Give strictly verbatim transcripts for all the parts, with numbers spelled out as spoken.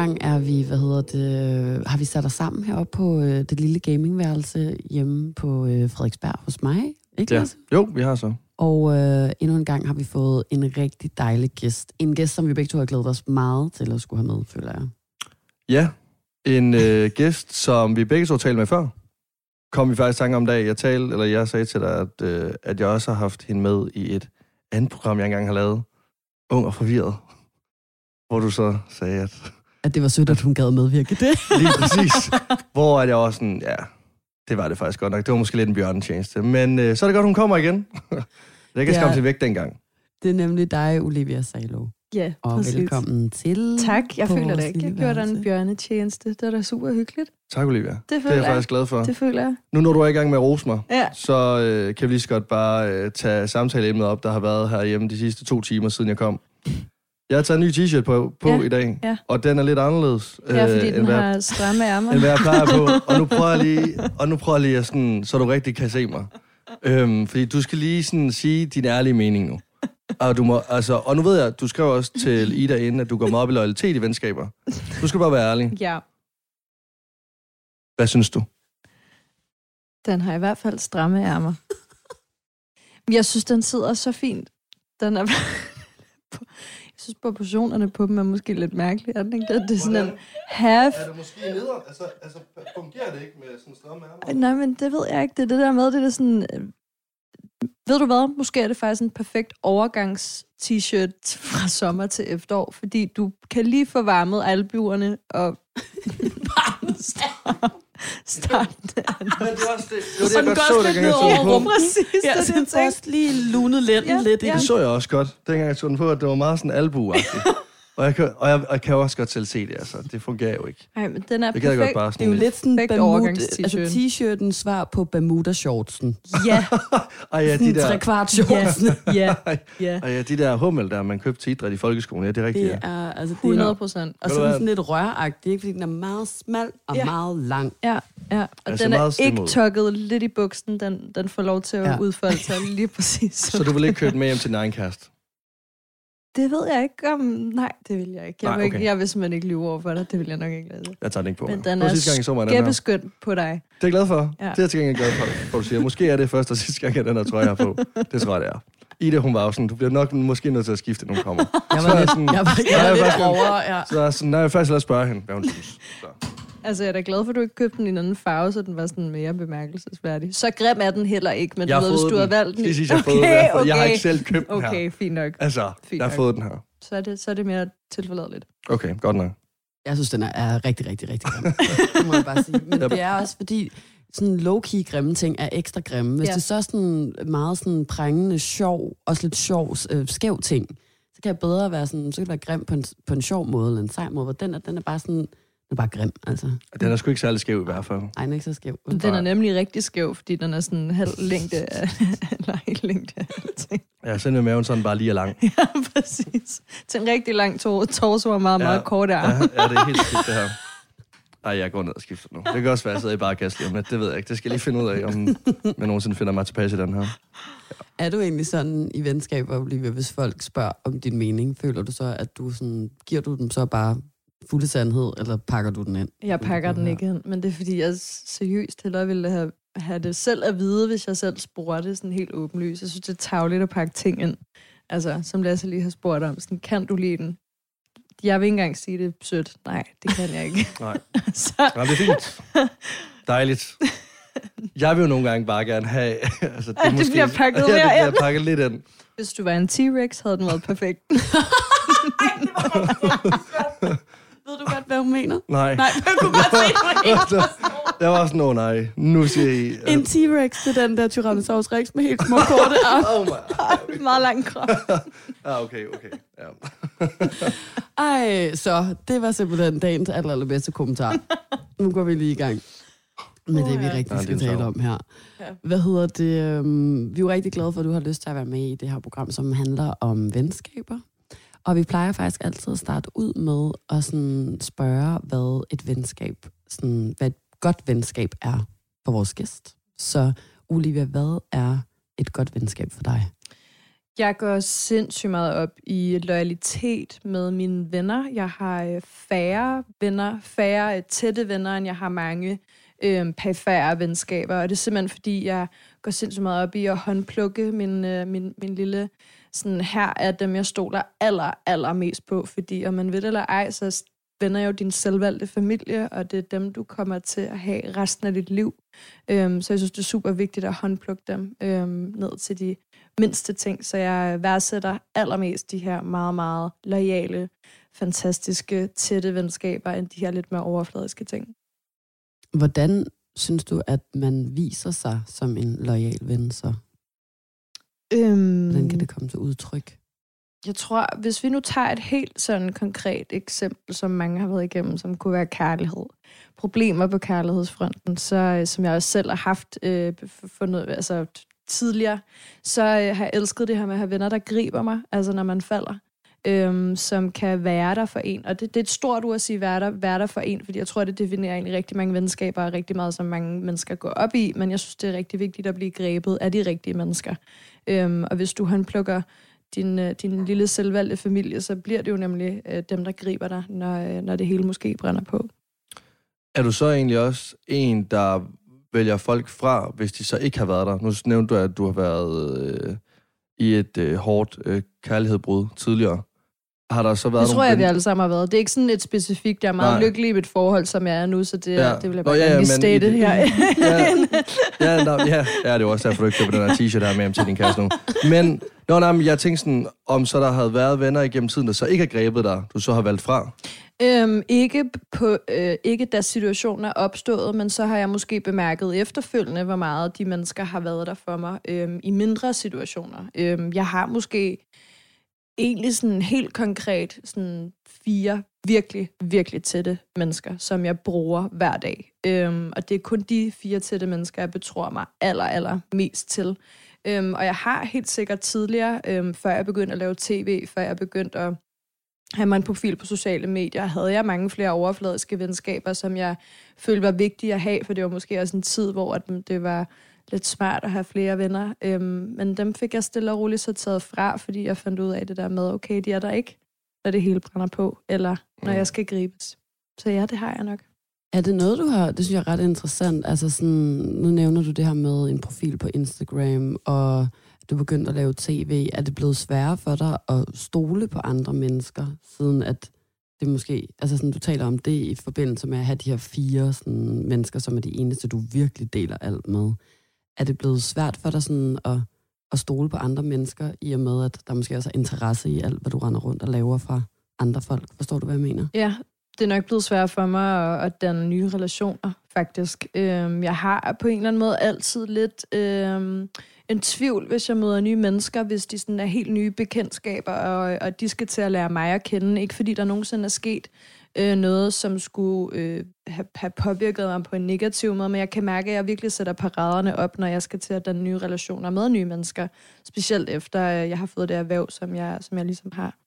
gang er vi, hvad hedder det, har vi sat os sammen heroppe på øh, det lille gamingværelse hjemme på øh, Frederiksberg hos mig, ikke ja. Lasse? Jo, vi har så. Og øh, endnu en gang har vi fået en rigtig dejlig gæst. En gæst, som vi begge to har glædet os meget til at skulle have med, føler jeg. Ja, en øh, gæst, som vi begge to talte med før. Kom vi faktisk tanke om dag. Jeg talte, eller jeg sagde til dig, at, øh, at jeg også har haft hende med i et andet program, jeg engang har lavet. Ung og forvirret. Hvor du så sagde, at... At det var sødt, at hun gad medvirke det. Lige præcis. Hvor at jeg også sådan, ja, det var det faktisk godt nok. Det var måske lidt en bjørnetjeneste. Men øh, så er det godt, hun kommer igen. Det kan skam til væk dengang. Det er nemlig dig, Olivia Salo. Ja, og præcis. velkommen til. Tak, jeg føler da ikke, jeg gjorde dig en bjørnetjeneste. Det var da super hyggeligt. Tak, Olivia. Det, det er jeg faktisk glad for. Det føler jeg. Nu når du er i gang med at rose mig, ja. så øh, kan vi lige så godt bare øh, tage samtaleemnet op, der har været herhjemme de sidste to timer, siden jeg kom. Jeg har taget en ny t-shirt på, på ja. i dag, ja. og den er lidt anderledes. Ja, fordi øh, den hvad, har stramme ærmer. End hvad jeg plejer på. Og nu prøver jeg lige, og nu prøver jeg lige at sådan, så du rigtig kan se mig. Øhm, fordi du skal lige sådan sige din ærlige mening nu. Og, du må, altså, og nu ved jeg, du skrev også til Ida inden, at du går meget op i loyalitet i venskaber. Du skal bare være ærlig. Ja. Hvad synes du? Den har i hvert fald stramme ærmer. Jeg synes, den sidder så fint. Den er... Jeg synes, proportionerne på dem er måske lidt mærkelige. Er det ikke det? Det er sådan en half... Er det måske neder? Altså, altså fungerer det ikke med sådan stramme ærmer? Nej, men det ved jeg ikke. Det er det der med, det er sådan... Ved du hvad? Måske er det faktisk en perfekt overgangs-t-shirt fra sommer til efterår, fordi du kan lige få varmet albuerne og starten. Men det var også det, det, var det jeg godt så, dengang jeg så den på. Præcis, ja, det, så det, den først lige lunet lidt, ja, lidt i ja. Det så jeg også godt, dengang jeg så den på, at det var meget sådan albuagtigt. Og jeg, kan, og, jeg, og jeg kan også godt selv se det, altså. Det fungerer jo ikke. Nej, men den er det perfekt. Godt bare det er jo lidt sådan Bermuda, altså t-shirten svar på Bermuda-shortsen. Ja. Og ja, de der... Tre-kvart-shortsen. Ja, ja. Og ja, de der hummel der, man købte til idræt i folkeskolen, ja, det er rigtigt. Det er, altså, det hundrede procent. Og så er sådan lidt røragtigt, ikke? Fordi den er meget smal og ja. meget lang. Ja, ja. Og altså den er ikke tukket lidt i buksen. Den, den får lov til at ja. udfolde sig lige præcis. Så du vil ikke køre den med hjem til Ninecast? Det ved jeg ikke om... Nej, det vil jeg ikke. Jeg, Nej, vil, okay. ikke, jeg vil simpelthen ikke lyve over for dig. Det vil jeg nok ikke lade. Jeg tager den ikke på. Men den er skæbbeskønt på dig. Det er jeg glad for. Ja. Det er jeg til gengæld glad for, for du siger. Måske er det første og sidste gang, at den her trøje, jeg har på. Det tror jeg, det er. Ida, hun var jo sådan, du bliver nok måske nødt til at skifte, når hun kommer. Jeg var lidt, sådan, jeg var, jeg var lidt over, ja. Så er sådan, nej, jeg vil faktisk lade spørge hende, hvad hun synes. Så. Altså, jeg er da glad for, at du ikke købte den i en anden farve, så den var sådan mere bemærkelsesværdig. Så grim er den heller ikke, men du ved, hvis du har valgt den... Jeg, sige, jeg, okay, okay. okay. Jeg har ikke selv købt den her. Okay, fint nok. Altså, fint jeg har fået den her. Så er det, så er det mere tilforladeligt. Okay, godt nok. Jeg synes, den er, er rigtig, rigtig, rigtig grim. Det må jeg bare sige. Men det er også fordi, sådan low-key grimme ting er ekstra grimme. Hvis ja. det så er sådan meget sådan prængende, sjov, også lidt sjov, øh, skæv ting, så kan jeg bedre være sådan, så kan det være grim på en, på en sjov måde, eller en sej måde, hvor den er, den er bare sådan... Den er bare grim, altså. Den er sgu ikke særlig skæv i hvert fald. Nej, den er ikke så skæv. Den er nemlig rigtig skæv, fordi den er sådan halv længde af... Nej, længde af alting. Ja, så er maven sådan bare lige lang. Ja, præcis. Til en rigtig lang tor- torso og meget, ja, meget kort arm. Ja, ja, det er helt skidt, det her. Ej, jeg går ned og skifter nu. Det kan også være, at jeg sidder i barkast lige om lidt. Det ved jeg ikke. Det skal jeg lige finde ud af, om man nogensinde finder mig tilpas i den her. Ja. Er du egentlig sådan i venskaber, Olivia, hvis folk spørger om din mening? Føler du så, at du sådan... Giver du dem så bare... fulde sandhed, eller pakker du den ind? Jeg pakker den ikke ind, men det er fordi, jeg seriøst hellere ville have, have det selv at vide, hvis jeg selv spurgte sådan helt åbenlyst. Jeg synes, det er tarveligt at pakke ting ind. Altså, som Lasse lige har spurgt om, sådan, kan du lide den? Jeg vil ikke engang sige det sødt. Nej, det kan jeg ikke. Nej. Så... Nej, det er fint. Dejligt. Jeg vil jo nogle gange bare gerne have... altså, det, det måske... bliver pakket ja, det bliver pakket lidt ind. Hvis du var en T-Rex, havde den været perfekt. Ved du godt, hvad hun mener? Nej. Nej, jeg kunne godt se, hvad jeg var sådan, åh oh, nej, nu siger I... Uh... En T-Rex, det er den der Tyrannosaurus Rex med helt små korte arme. Oh my. Meget lang krop. Ja, okay, okay. Ja. Ej, så det var simpelthen dagens aller, allerbedste kommentar. Nu går vi lige i gang med oh, det, vi ja. rigtig skal tale om her. Ja. Hvad hedder det? Um, vi er jo rigtig glade for, at du har lyst til at være med i det her program, som handler om venskaber. Og vi plejer faktisk altid at starte ud med at sådan spørge, hvad et venskab, sådan, hvad et godt venskab er for vores gæst. Så Olivia, hvad er et godt venskab for dig? Jeg går sindssygt meget op i loyalitet med mine venner. Jeg har færre venner, færre tætte venner, end jeg har mange øh, perifære venskaber. Og det er simpelthen, fordi jeg går sindssygt meget op i at håndplukke min, øh, min, min lille... Sådan, her er dem, jeg stoler aller, aller mest på. Fordi om man ved det eller ej, så venner jo din selvvalgte familie, og det er dem, du kommer til at have resten af dit liv. Øhm, så jeg synes, det er super vigtigt at håndplukke dem øhm, ned til de mindste ting. Så jeg værdsætter allermest de her meget, meget loyale, fantastiske, tætte venskaber, end de her lidt mere overfladiske ting. Hvordan synes du, at man viser sig som en loyal ven så? Øhm, Hvordan kan det komme til udtryk? Jeg tror, hvis vi nu tager et helt sådan konkret eksempel, som mange har været igennem, som kunne være kærlighed. Problemer på kærlighedsfronten, så som jeg også selv har haft øh, fundet, altså tidligere, så øh, har jeg elsket det her med at have venner, der griber mig, altså når man falder, øh, som kan være der for en. Og det, det er et stort ord at sige, være der, være der for en, fordi jeg tror, det definerer egentlig rigtig mange venskaber, og rigtig meget, som mange mennesker går op i, men jeg synes, det er rigtig vigtigt at blive grebet af de rigtige mennesker. Øh, og hvis du håndplukker Din, din lille selvvalgte familie, så bliver det jo nemlig øh, dem, der griber dig, når, når det hele måske brænder på. Er du så egentlig også en, der vælger folk fra, hvis de så ikke har været der? Nu nævnte du, at du har været øh, i et øh, hårdt øh, kærlighedsbrud tidligere. Har der så været det tror nogle jeg, ven... vi alle sammen har været. Det er ikke sådan et specifikt. Jeg er meget Nej. lykkelig i mit forhold, som jeg er nu, så det, ja. det vil jeg bare Nå, ja, gerne ja, state her. ja, ja, no, ja, ja, det er også derfor, du ikke køber den her t-shirt her med til din kæreste nu. Men nå, nej, jeg tænkte sådan, om så der havde været venner igennem tiden, der så ikke har grebet dig, du så har valgt fra? Øhm, ikke, på, øh, ikke da situationen er opstået, men så har jeg måske bemærket efterfølgende, hvor meget de mennesker har været der for mig øhm, i mindre situationer. Øhm, jeg har måske egentlig sådan helt konkret sådan fire virkelig, virkelig tætte mennesker, som jeg bruger hver dag. Øhm, og det er kun de fire tætte mennesker, jeg betror mig aller, aller mest til. Øhm, og jeg har helt sikkert tidligere, øhm, før jeg begyndte at lave tv, før jeg begyndte at have mig en profil på sociale medier, havde jeg mange flere overfladiske venskaber, som jeg følte var vigtige at have, for det var måske også en tid, hvor det var lidt smart at have flere venner. Øhm, men dem fik jeg stille og roligt så taget fra, fordi jeg fandt ud af det der med, okay, de er der ikke, når det hele brænder på, eller når jeg skal gribes. Så ja, det har jeg nok. Er det noget, du har, det synes jeg er ret interessant, altså sådan, nu nævner du det her med en profil på Instagram, og du begyndte at lave tv. Er det blevet sværere for dig at stole på andre mennesker, siden at det måske, altså sådan, du taler om det i forbindelse med at have de her fire sådan, mennesker, som er de eneste, du virkelig deler alt med. Er det blevet svært for dig sådan at, at stole på andre mennesker, i og med, at der måske også er interesse i alt, hvad du render rundt og laver fra andre folk? Forstår du, hvad jeg mener? Ja, det er nok blevet svært for mig at, at danne nye relationer, faktisk. Øhm, jeg har på en eller anden måde altid lidt øhm, en tvivl, hvis jeg møder nye mennesker, hvis de sådan er helt nye bekendtskaber, og, og de skal til at lære mig at kende. Ikke fordi der nogensinde er sket øh, noget, som skulle øh, have, have påvirket mig på en negativ måde, men jeg kan mærke, at jeg virkelig sætter paraderne op, når jeg skal til at danne nye relationer med nye mennesker. Specielt efter jeg har fået det erhverv, som jeg, som jeg ligesom har.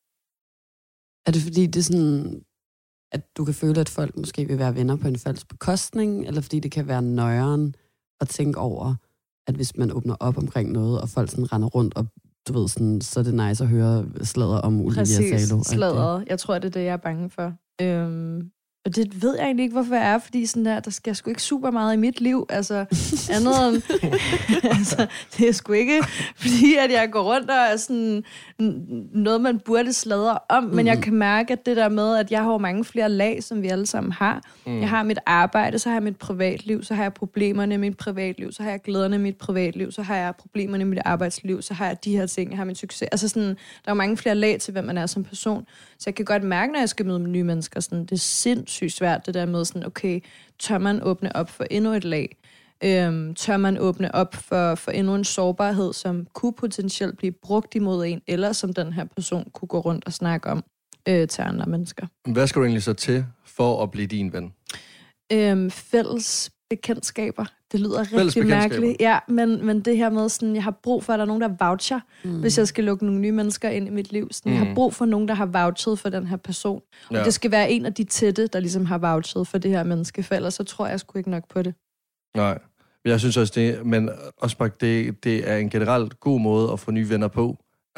Er det fordi, det er sådan, at du kan føle, at folk måske vil være venner på en falsk bekostning, eller fordi det kan være nøjeren at tænke over, at hvis man åbner op omkring noget, og folk sådan render rundt, og du ved, sådan, så er det nice at høre sladder om Olivia Salo. Præcis, sladder. Jeg tror, det er det, jeg er bange for. Øhm, og det ved jeg egentlig ikke, hvorfor jeg er, fordi sådan der, der sker sgu ikke super meget i mit liv. Altså, andet end, altså, det er sgu ikke, fordi at jeg går rundt og er sådan noget, man burde sladre om, men mm. jeg kan mærke, at det der med, at jeg har mange flere lag, som vi alle sammen har. Mm. Jeg har mit arbejde, så har jeg mit privatliv, så har jeg problemerne i mit privatliv, så har jeg glæderne i mit privatliv, så har jeg problemerne i mit arbejdsliv, så har jeg de her ting, jeg har min succes. Altså sådan, der er mange flere lag til, hvem man er som person. Så jeg kan godt mærke, når jeg skal møde nye mennesker, sådan, det er sindssygt svært, det der med sådan, okay, tør man åbne op for endnu et lag? Øhm, tør man åbne op for, for endnu en sårbarhed, som kunne potentielt blive brugt imod en, eller som den her person kunne gå rundt og snakke om øh, til andre mennesker. Hvad skal du egentlig så til for at blive din ven? Øhm, fælles bekendtskaber. Det lyder rigtig mærkeligt. Ja, men, men det her med, sådan, jeg har brug for, at der er nogen, der voucher, mm. hvis jeg skal lukke nogle nye mennesker ind i mit liv. Sådan, mm. Jeg har brug for nogen, der har vouchet for den her person. Ja. Og det skal være en af de tætte, der ligesom har vouchet for det her menneske, for ellers så tror jeg sgu ikke nok på det. Nej, jeg synes også det, men også bare, det, det er en generelt god måde at få nye venner på.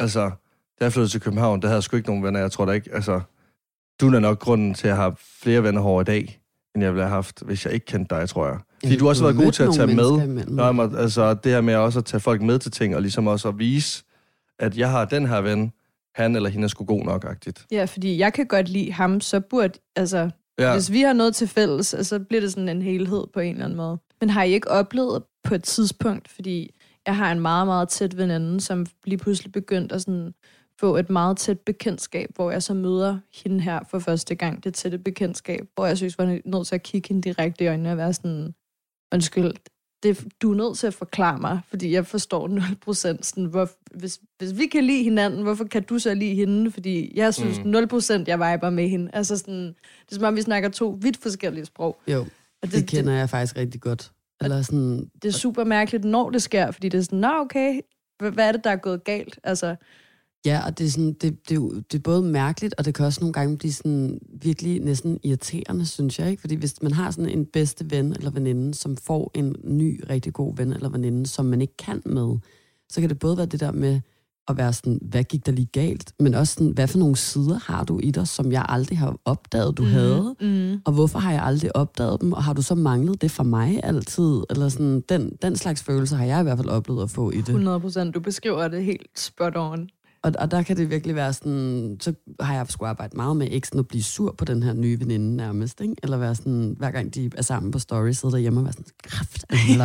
Altså, da jeg flyttede til København, der havde jeg sgu ikke nogen venner, jeg tror da ikke, altså, du er nok grunden til at have flere venner over i dag, end jeg ville have haft, hvis jeg ikke kendte dig, tror jeg. Fordi ja, du har også været god til at tage med. Nå, altså, det her med også at tage folk med til ting, og ligesom også at vise, at jeg har den her ven, han eller hende er sgu god nok-agtigt. Ja, fordi jeg kan godt lide ham, så burde, altså, ja. Hvis vi har noget til fælles, så bliver det sådan en helhed på en eller anden måde. Men har I ikke oplevet på et tidspunkt, fordi jeg har en meget, meget tæt veninde, som lige pludselig begyndte at sådan få et meget tæt bekendtskab, hvor jeg så møder hende her for første gang, det tætte bekendtskab, hvor jeg synes, var nødt til at kigge hende direkte i øjnene og være sådan, undskyld, det, du er nødt til at forklare mig, fordi jeg forstår nul procent. Sådan, hvor, hvis, hvis vi kan lide hinanden, hvorfor kan du så lide hende? Fordi jeg synes mm. nul procent, jeg viber med hende. Altså sådan, det er som om, vi snakker to vidt forskellige sprog. Jo, og det, det kender jeg faktisk rigtig godt. Eller sådan, det er super mærkeligt, når det sker, fordi det er sådan, nå okay, hvad er det, der er gået galt? Altså, ja, og det er, sådan, det, det, er jo, det er både mærkeligt, og det kan også nogle gange blive sådan virkelig næsten irriterende, synes jeg. Ikke? Fordi hvis man har sådan en bedste ven eller veninde, som får en ny, rigtig god ven eller veninde, som man ikke kan med, så kan det både være det der med at være sådan, hvad gik der lige galt? Men også sådan, hvad for nogle sider har du i dig, som jeg aldrig har opdaget, du mm, havde? Mm. Og hvorfor har jeg aldrig opdaget dem? Og har du så manglet det for mig altid? Eller sådan, den, den slags følelse har jeg i hvert fald oplevet at få i det. hundrede procent. Du beskriver det helt spot on. Og, og der kan det virkelig være sådan, så har jeg sgu arbejdet meget med ikke sådan at blive sur på den her nye veninde nærmest, ikke? Eller være sådan, hver gang de er sammen på story, sidder derhjemme og være sådan, kraft. Eller,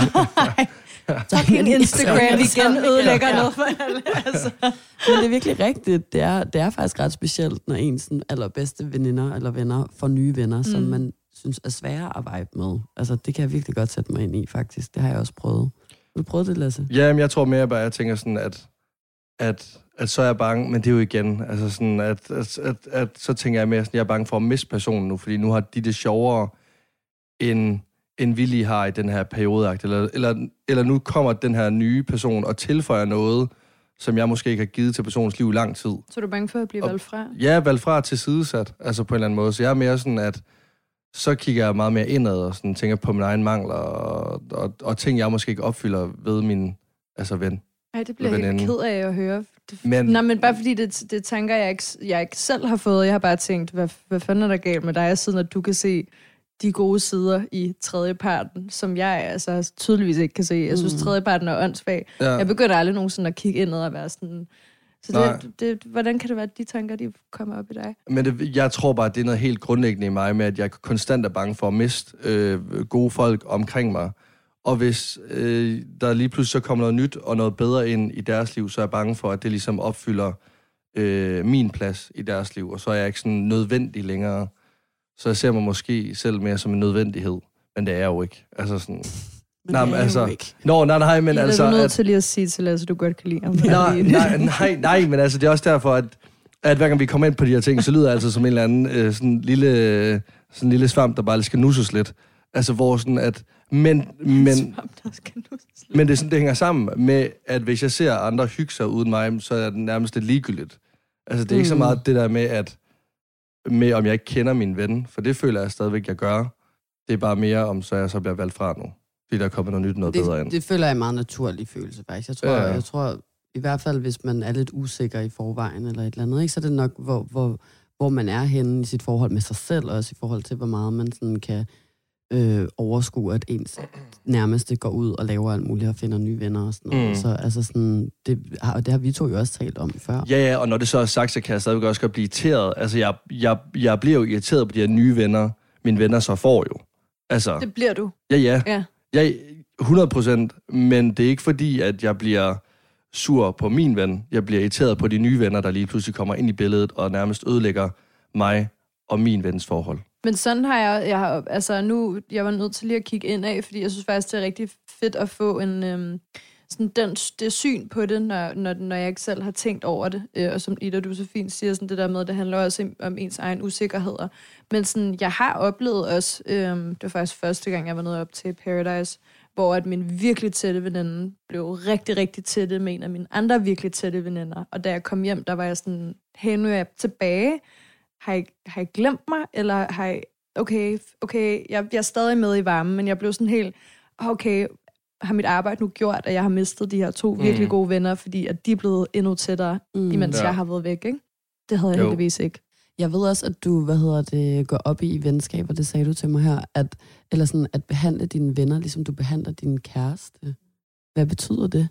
så kan Instagram igen ødelægger noget for alle. Altså. Men det er virkelig rigtigt. Det er, det er faktisk ret specielt, når ens allerbedste veninder eller venner får nye venner, mm. som man synes er svære at vibe med. Altså, det kan jeg virkelig godt sætte mig ind i, faktisk. Det har jeg også prøvet. Har du prøvet det, Lasse? Ja, men jeg tror mere bare, jeg tænker sådan, at at, at så er jeg bange, men det er jo igen, altså sådan, at, at, at, at så tænker jeg mere sådan, jeg er bange for at miste personen nu, fordi nu har de det sjovere, end, end vi lige har i den her periodeakt, eller, eller, eller nu kommer den her nye person og tilføjer noget, som jeg måske ikke har givet til personens liv i lang tid. Så er du bange for at blive og, valgt fra? Ja, valgt fra til sidesat, altså på en eller anden måde. Så jeg er mere sådan, at så kigger jeg meget mere indad og sådan, tænker på mine egne mangler, og, og, og ting, jeg måske ikke opfylder ved min altså ven. Nej, det bliver jeg helt ked af at høre. Det, men, nej, men bare fordi det, det tænker jeg ikke, jeg ikke selv har fået. Jeg har bare tænkt, hvad, hvad fanden er der galt med dig, siden at du kan se de gode sider i tredjeparten, som jeg altså tydeligvis ikke kan se. Jeg synes, mm. tredjeparten er åndssvag. Ja. Jeg begynder aldrig nogensinde at kigge indad og være sådan. Så det, det, hvordan kan det være, at de tanker, de kommer op i dig? Men det, jeg tror bare, at det er noget helt grundlæggende i mig, med at jeg konstant er bange for at miste øh, gode folk omkring mig. Og hvis øh, der lige pludselig så kommer noget nyt og noget bedre ind i deres liv, så er jeg bange for, at det ligesom opfylder øh, min plads i deres liv. Og så er jeg ikke sådan nødvendig længere. Så jeg ser mig måske selv mere som en nødvendighed. Men det er jeg jo ikke. Altså sådan... Men nej, det er altså, jo ikke. Nå, nej, nej, men jeg altså... Jeg er nødt at, til lige at sige til Lasse, at du godt kan lide ham. Nej, nej, nej, nej, men altså, det er også derfor, at, at hver gang vi kommer ind på de her ting, så lyder det altså som en eller anden øh, sådan lille, sådan lille svamp, der bare skal nusses lidt. Altså, hvor sådan at... Men, men, men det, sådan, det hænger sammen med, at hvis jeg ser andre hygge sig uden mig, så er det nærmest lidt ligegyldigt. Altså, det er mm. ikke så meget det der med, at med om jeg ikke kender min ven, for det føler jeg stadigvæk, jeg gør. Det er bare mere, om så jeg så bliver valgt fra nu. Fordi der kommer noget nyt, noget det, bedre ind. Det føler jeg er en meget naturlig følelse, faktisk. Jeg tror, ja, ja. jeg tror, i hvert fald, hvis man er lidt usikker i forvejen, eller et eller andet, ikke, så er det nok, hvor, hvor, hvor man er henne i sit forhold med sig selv, og også i forhold til, hvor meget man sådan kan øh, overskue, at ens nærmeste går ud og laver alt muligt, og finder nye venner og sådan noget. Mm. Så altså sådan, det, og det har vi to jo også talt om før. Ja, ja, og når det så er sagt, så kan jeg stadigvæk også godt blive irriteret. Altså, jeg, jeg, jeg bliver jo irriteret på de her nye venner, mine venner så får jo. Altså, det bliver du? Ja, ja. ja. Jeg hundrede procent, men det er ikke fordi, at jeg bliver sur på min ven. Jeg bliver irriteret på de nye venner, der lige pludselig kommer ind i billedet og nærmest ødelægger mig og min vens forhold. Men sådan har jeg, jeg har, altså nu, jeg var nødt til lige at kigge ind af, fordi jeg synes faktisk, det er rigtig fedt at få en, øhm, sådan den, det syn på det, når, når, når jeg ikke selv har tænkt over det. Øh, og som Ida, du så fint siger, sådan det der med, det handler også om ens egen usikkerheder. Men sådan, jeg har oplevet også, øhm, det var faktisk første gang, jeg var nede op til Paradise, hvor at min virkelig tætte veninde blev rigtig, rigtig tætte med en af mine andre virkelig tætte veninder. Og da jeg kom hjem, der var jeg sådan, hey, nu er jeg tilbage. Har I, har I glemt mig? Eller har I, okay, okay, jeg, jeg er stadig med i varmen, men jeg blev sådan helt, okay, har mit arbejde nu gjort, at jeg har mistet de her to mm. virkelig gode venner, fordi at de er blevet endnu tættere, mm. imens ja. jeg har været væk, ikke? Det havde jeg jo. heldigvis ikke. Jeg ved også, at du, hvad hedder det, går op i venskaber, det sagde du til mig her, at, eller sådan, at behandle dine venner, ligesom du behandler din kæreste. Hvad betyder det?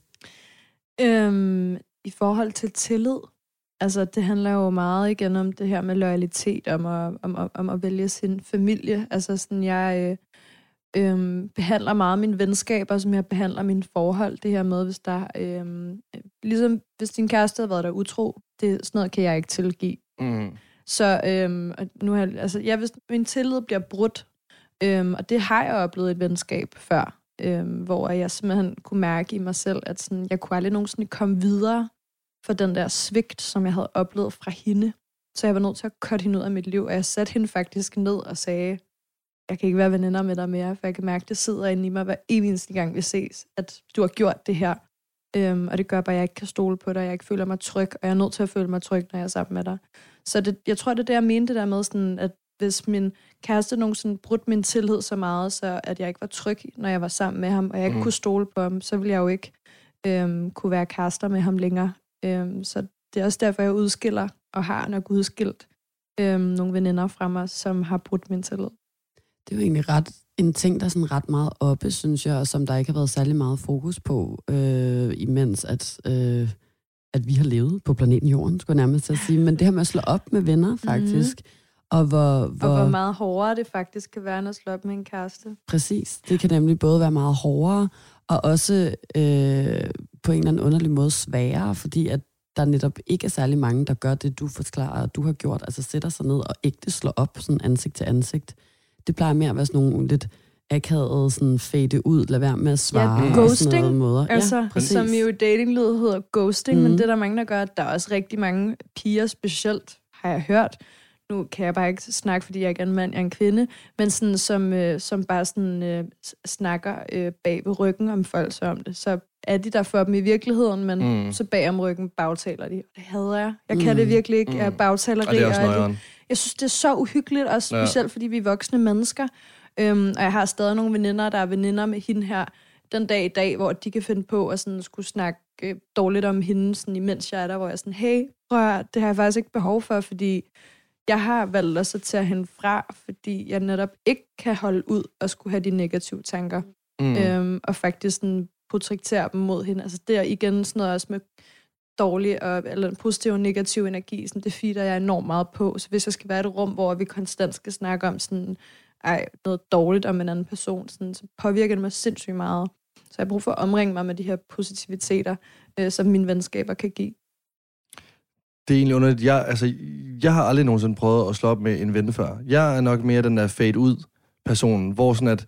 Øhm, I forhold til tillid, altså det handler jo meget igen om det her med loyalitet, om at, om, om, om at vælge sin familie. Altså sådan, jeg øh, øh, behandler meget mine venskaber, som jeg behandler mine forhold. Det her med, hvis der, øh, ligesom hvis din kæreste har været der utro, det, sådan noget kan jeg ikke tilgive. Mm. Så øhm, nu har jeg, altså, jeg, hvis min tillid bliver brudt, øhm, og det har jeg oplevet et venskab før, øhm, hvor jeg simpelthen kunne mærke i mig selv, at sådan, jeg kunne aldrig nogensinde komme videre for den der svigt, som jeg havde oplevet fra hende. Så jeg var nødt til at cutte hende ud af mit liv, og jeg satte hende faktisk ned og sagde, jeg kan ikke være veninder med dig mere, for jeg kan mærke, at det sidder inde i mig hver eneste gang, vi ses, at du har gjort det her. Øhm, og det gør bare, at jeg ikke kan stole på dig, jeg ikke føler mig tryg, og jeg er nødt til at føle mig tryg, når jeg er sammen med dig. Så det, jeg tror, det er det, jeg mente det der med, sådan, at hvis min kæreste nogensinde brudte min tillid så meget, så at jeg ikke var tryg, når jeg var sammen med ham, og jeg ikke mm. kunne stole på ham, så ville jeg jo ikke øhm, kunne være kærester med ham længere. Øhm, så det er også derfor, jeg udskiller, og har nok udskilt øhm, nogle veninder fra mig, som har brudt min tillid. Det er jo egentlig ret en ting, der er sådan ret meget oppe, synes jeg, og som der ikke har været særlig meget fokus på, øh, imens at... Øh at vi har levet på planeten Jorden, skulle jeg nærmest at sige. Men det her med at slå op med venner, faktisk. Mm-hmm. Og, hvor, hvor, og hvor meget hårdere det faktisk kan være, end at slå op med en kæreste. Præcis. Det kan nemlig både være meget hårdere, og også øh, på en eller anden underlig måde sværere, fordi at der netop ikke er særlig mange, der gør det, du forklarer, at du har gjort. Altså sætter sig ned og ægte slår op, sådan ansigt til ansigt. Det plejer mere at være sådan nogle lidt akavet, sådan fade ud, lad være med at svare. Ja, ghosting, måder. Altså, ja, som jo i datinglivet hedder ghosting, mm. men det er der mange, der gør. Der er også rigtig mange piger specielt, har jeg hørt. Nu kan jeg bare ikke snakke, fordi jeg ikke er en mand, jeg er en kvinde, men sådan, som, øh, som bare sådan, øh, snakker øh, bag ved ryggen om folk så om det. Så er de der for dem i virkeligheden, men mm. så bag om ryggen bagtaler de. Det hader jeg. Jeg kan mm. det virkelig ikke. Jeg er bagtaleri. Og det er også nøjeren. Jeg synes, det er så uhyggeligt, også specielt ja. fordi vi er voksne mennesker. Øhm, og jeg har stadig nogle veninder, der er veninder med hende her den dag i dag, hvor de kan finde på at sådan skulle snakke øh, dårligt om hende, sådan, imens jeg er der, hvor jeg er sådan, hey, prøv at, det har jeg faktisk ikke behov for, fordi jeg har valgt også at tage hende fra, fordi jeg netop ikke kan holde ud og skulle have de negative tanker, mm. øhm, og faktisk sådan projektere dem mod hende. Altså det er igen sådan noget også med dårlig og, eller positiv og negativ energi, sådan, det feeder jeg enormt meget på, så hvis jeg skal være i et rum, hvor vi konstant skal snakke om sådan ej, noget dårligt om en anden person, sådan, så påvirker det mig sindssygt meget. Så jeg har brug for at omringe mig med de her positiviteter, øh, som mine venskaber kan give. Det er egentlig underligt. Jeg, altså, jeg har aldrig nogensinde prøvet at slå op med en ven før. Jeg er nok mere den der fade-ud-personen, hvor sådan at,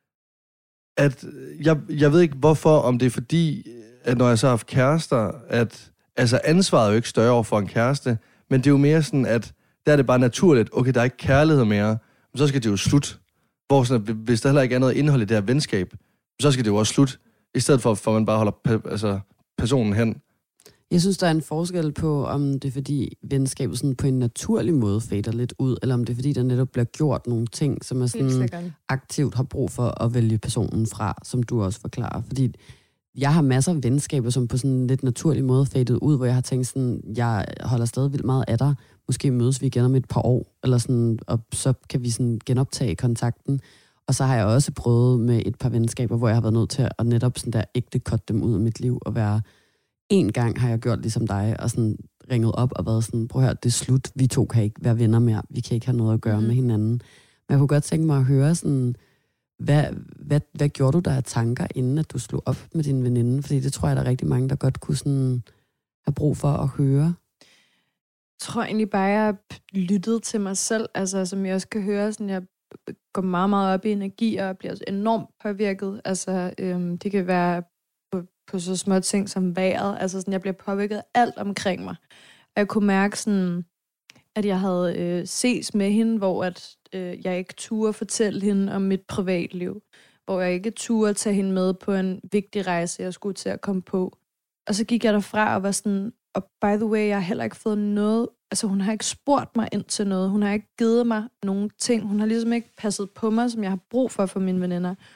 at jeg, jeg ved ikke hvorfor, om det er fordi, at når jeg så har haft kærester, at altså ansvaret er jo ikke større over for en kæreste, men det er jo mere sådan, at der er det bare naturligt, okay, der er ikke kærlighed mere, så skal det jo slut. Hvor sådan, at hvis der heller ikke er noget indhold i det her venskab, så skal det jo også slut, i stedet for, at man bare holder pe- altså, personen hen. Jeg synes, der er en forskel på, om det er fordi venskabet sådan på en naturlig måde fader lidt ud, eller om det er fordi, der netop bliver gjort nogle ting, som er sådan aktivt har brug for at vælge personen fra, som du også forklarer. Fordi jeg har masser af venskaber, som på sådan en lidt naturlig måde fadet ud, hvor jeg har tænkt sådan, jeg holder stadig vildt meget af dig, måske mødes vi igen om et par år, eller sådan, og så kan vi sådan genoptage kontakten. Og så har jeg også prøvet med et par venskaber, hvor jeg har været nødt til at netop sådan der ægte cutte dem ud af mit liv, og være en gang har jeg gjort ligesom dig, og sådan ringet op og været sådan, prøv at høre, det er slut, vi to kan ikke være venner mere, vi kan ikke have noget at gøre mm. med hinanden. Men jeg kunne godt tænke mig at høre sådan, hvad, hvad, hvad gjorde du der af tanker, inden at du slog op med din veninde? Fordi det tror jeg, der er rigtig mange, der godt kunne sådan have brug for at høre. Jeg tror egentlig bare, jeg har lyttet til mig selv, altså som jeg også kan høre, sådan jeg går meget, meget op i energi, og bliver enormt påvirket. Altså øhm, det kan være på, på så små ting som vejret, altså sådan, jeg bliver påvirket alt omkring mig. Og jeg kunne mærke sådan, at jeg havde øh, ses med hende, hvor at, øh, jeg ikke turde fortælle hende om mit privatliv, hvor jeg ikke turde tage hende med på en vigtig rejse, jeg skulle til at komme på. Og så gik jeg derfra og var sådan, og by the way, jeg har heller ikke fået noget, altså hun har ikke spurgt mig ind til noget, hun har ikke givet mig nogen ting, hun har ligesom ikke passet på mig, som jeg har brug for for mine veninder.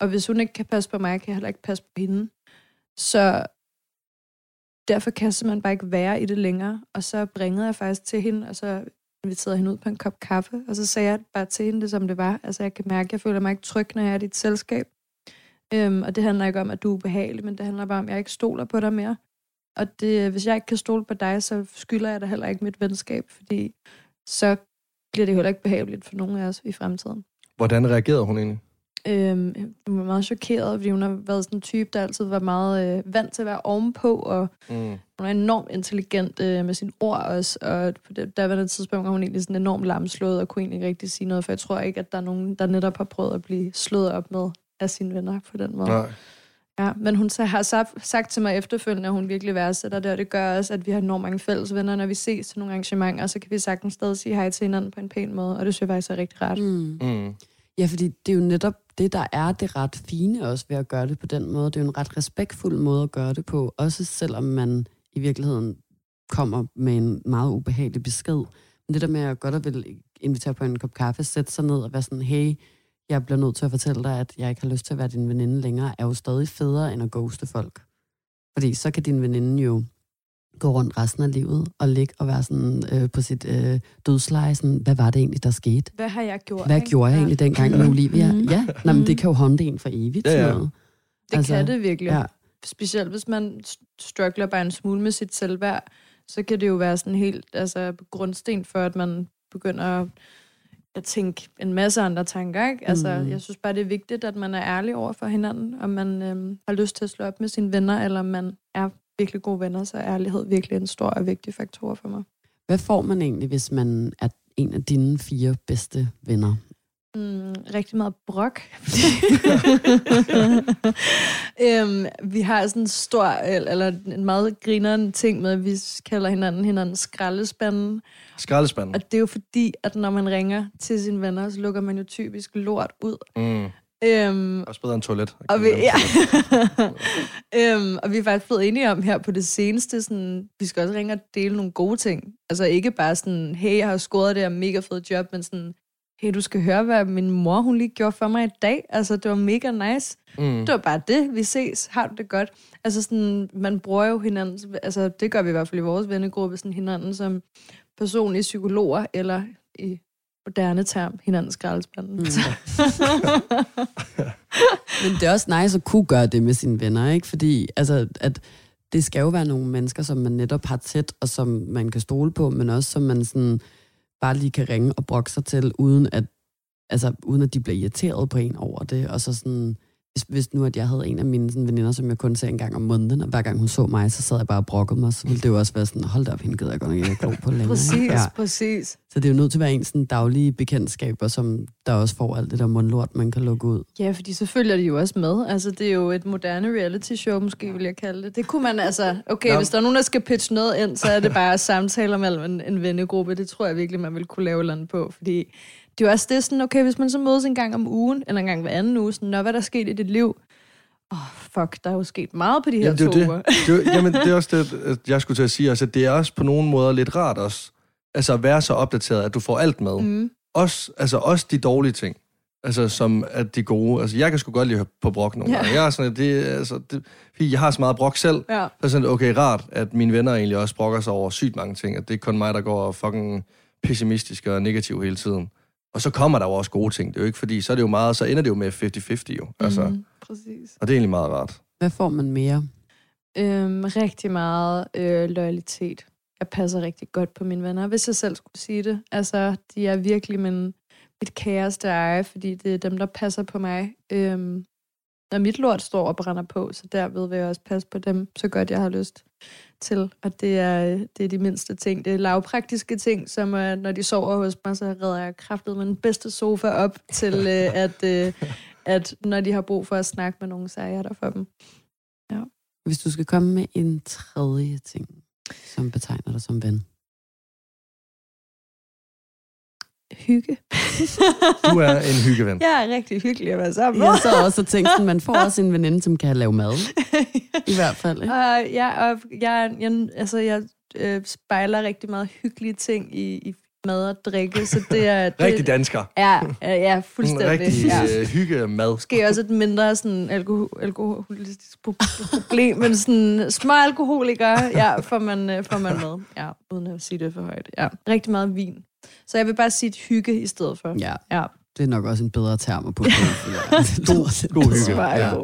Og hvis hun ikke kan passe på mig, kan jeg heller ikke passe på hende. Så derfor kan jeg simpelthen bare ikke være i det længere. Og så bringede jeg faktisk til hende, og så inviterede hende ud på en kop kaffe, og så sagde jeg bare til hende det, som det var. Altså, jeg kan mærke, at jeg føler mig ikke tryg, når jeg er i dit selskab. Øhm, og det handler ikke om, at du er ubehagelig, men det handler bare om, at jeg ikke stoler på dig mere. Og det, hvis jeg ikke kan stole på dig, så skylder jeg dig heller ikke mit venskab, fordi så bliver det heller ikke behageligt for nogen af os i fremtiden. Hvordan reagerede hun egentlig? Øhm, hun var meget chokeret, fordi hun har været sådan en type, der altid var meget øh, vant til at være ovenpå, og mm. hun er enormt intelligent øh, med sine ord også, og på det, der var det tidspunkt, hvor hun egentlig sådan enormt lamslået, og kunne egentlig ikke rigtig sige noget, for jeg tror ikke, at der er nogen, der netop har prøvet at blive slået op med af sine venner på den måde. Nej. Ja, men hun har sagt til mig efterfølgende, at hun virkelig værdsætter det, og det gør også, at vi har enormt mange fælles venner, når vi ses til nogle arrangementer, så kan vi sagtens stadig sige hej til hinanden på en pæn måde, og det synes jeg faktisk er rigtig rart. Mm. Mm. Ja, fordi det er jo netop det, der er det ret fine også ved at gøre det på den måde. Det er jo en ret respektfuld måde at gøre det på, også selvom man i virkeligheden kommer med en meget ubehagelig besked. Men det der med at godt at vil invitere på en kop kaffe, sætte sig ned og være sådan, hey, jeg bliver nødt til at fortælle dig, at jeg ikke har lyst til at være din veninde længere, er jo stadig federe end at ghoste folk. Fordi så kan din veninde jo gå rundt resten af livet og ligge og være sådan øh, på sit øh, dødsleje, sådan, hvad var det egentlig, der skete? Hvad har jeg gjort? Hvad ikke? gjorde jeg egentlig dengang med Olivia? Mm. Ja, nej, men det kan jo håndte en for evigt. Ja, ja. Sådan noget. Det altså, kan det virkelig. Ja. Specielt hvis man struggler bare en smule med sit selvværd, så kan det jo være sådan helt altså, grundsten for, at man begynder at, at tænke en masse andre tanker. Ikke? Altså, mm. Jeg synes bare, det er vigtigt, at man er ærlig over for hinanden, og man øhm, har lyst til at slå op med sine venner, eller man er virkelig gode venner, så er ærlighed virkelig en stor og vigtig faktor for mig. Hvad får man egentlig, hvis man er en af dine fire bedste venner? Mm, rigtig meget brok. øhm, vi har sådan en stor, eller en meget grinerende ting med, at vi kalder hinanden hinanden skraldespanden. Skraldespanden? Og det er jo fordi, at når man ringer til sine venner, så lukker man jo typisk lort ud. Mm. Øhm, Også bedre end toilet. Og vi, ja. øhm, og vi er faktisk blevet enige om her på det seneste, sådan, vi skal også ringe og dele nogle gode ting. Altså ikke bare sådan, hey, jeg har scoret det her mega fed job, men sådan, hey, du skal høre, hvad min mor, hun lige gjorde for mig i dag. Altså, det var mega nice. Mm. Det var bare det, vi ses, har du det godt. Altså sådan, man bruger jo hinanden, altså det gør vi i hvert fald i vores vennegruppe, sådan hinanden som personlige psykologer, eller i moderne term, hinandens skraldespanden. Mm. Men det er også nice at kunne gøre det med sine venner, ikke? Fordi altså, at det skal jo være nogle mennesker, som man netop har tæt, og som man kan stole på, men også som man sådan bare lige kan ringe og brokke sig til, uden at, altså, uden at de bliver irriteret på en over det. Og så sådan, hvis, hvis nu at jeg havde en af mine sådan, veninder, som jeg kun ser en gang om måneden, og hver gang hun så mig, så sad jeg bare og brokkede mig, så ville det jo også være sådan, hold da op, hende gider jeg godt ikke glo på længere. Præcis, ja. præcis. Så det er jo nødt til at være en sådan daglige bekendtskaber, som der også får alt det der mundlort, man kan lukke ud. Ja, fordi så følger de jo også med. Altså, det er jo et moderne reality show, måske vil jeg kalde det. Det kunne man altså, okay, ja. Hvis der er nogen, der skal pitche noget ind, så er det bare samtaler mellem en, en vennegruppe. Det tror jeg virkelig, man vil kunne lave et eller andet på, fordi det er jo også det sådan, okay, hvis man så mødes en gang om ugen, eller en gang hver anden uge, sådan, nå, hvad der er sket i dit liv? Åh, oh, fuck, der er jo sket meget på de her jamen, det to det. uger. Det, jamen, det er også det, jeg skulle til at sige, altså, det er også på nogle måder lidt rart også, altså at være så opdateret, at du får alt med. Mm. Også, altså også de dårlige ting, altså som at de gode. Altså, jeg kan sgu godt lide at høre på brok nogle gange. Ja. Jeg er sådan, det, altså, det, fordi jeg har så meget brok selv, ja. Så er sådan, okay, rart, at mine venner egentlig også brokker sig over sygt mange ting, at det er kun mig, der går fucking pessimistisk og negativ hele tiden. Og så kommer der jo også gode ting. Det er jo ikke fordi, så er det jo meget, så ender det jo med halvtreds halvtreds jo. Altså, mm, præcis. Og det er egentlig meget rart. Hvad får man mere? Øhm, rigtig meget øh, loyalitet. Jeg passer rigtig godt på mine venner, hvis jeg selv skulle sige det. Altså, de er virkelig min, mit kæreste eje, fordi det er dem, der passer på mig. Øhm, når mit lort står og brænder på, så derved vil jeg også passe på dem, så godt jeg har lyst til. Og det er, det er de mindste ting. Det er lavpraktiske ting, som uh, når de sover hos mig, så redder jeg kraftet med den bedste sofa op til, uh, at, uh, at når de har brug for at snakke med nogen, så er jeg der for dem. Ja. Hvis du skal komme med en tredje ting, som betegner dig som ven. Hygge. Du er en hyggeven. Jeg er rigtig hyggelig at være sammen med. Jeg så også tænkt, at man får også en veninde, som kan lave mad. I hvert fald. Ikke? Uh, ja, og jeg, jeg, altså, jeg øh, spejler rigtig meget hyggelige ting i, i mad og drikke, så det er... Det, Rigtig dansker. Ja, ja, fuldstændig. Rigtig ja. øh, hygge-mad. Måske også et mindre sådan alkohol, alkoholistisk problem, men sådan små alkoholikere, ja, får man, får man med. Ja, uden at sige det for højt. Ja, rigtig meget vin. Så jeg vil bare sige et hygge i stedet for. Ja, ja. Det er nok også en bedre term at putte på. god, god hygge. Ja.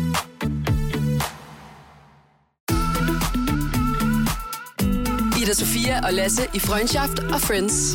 Ida Sofia og Lasse i Freundschaft og Friends.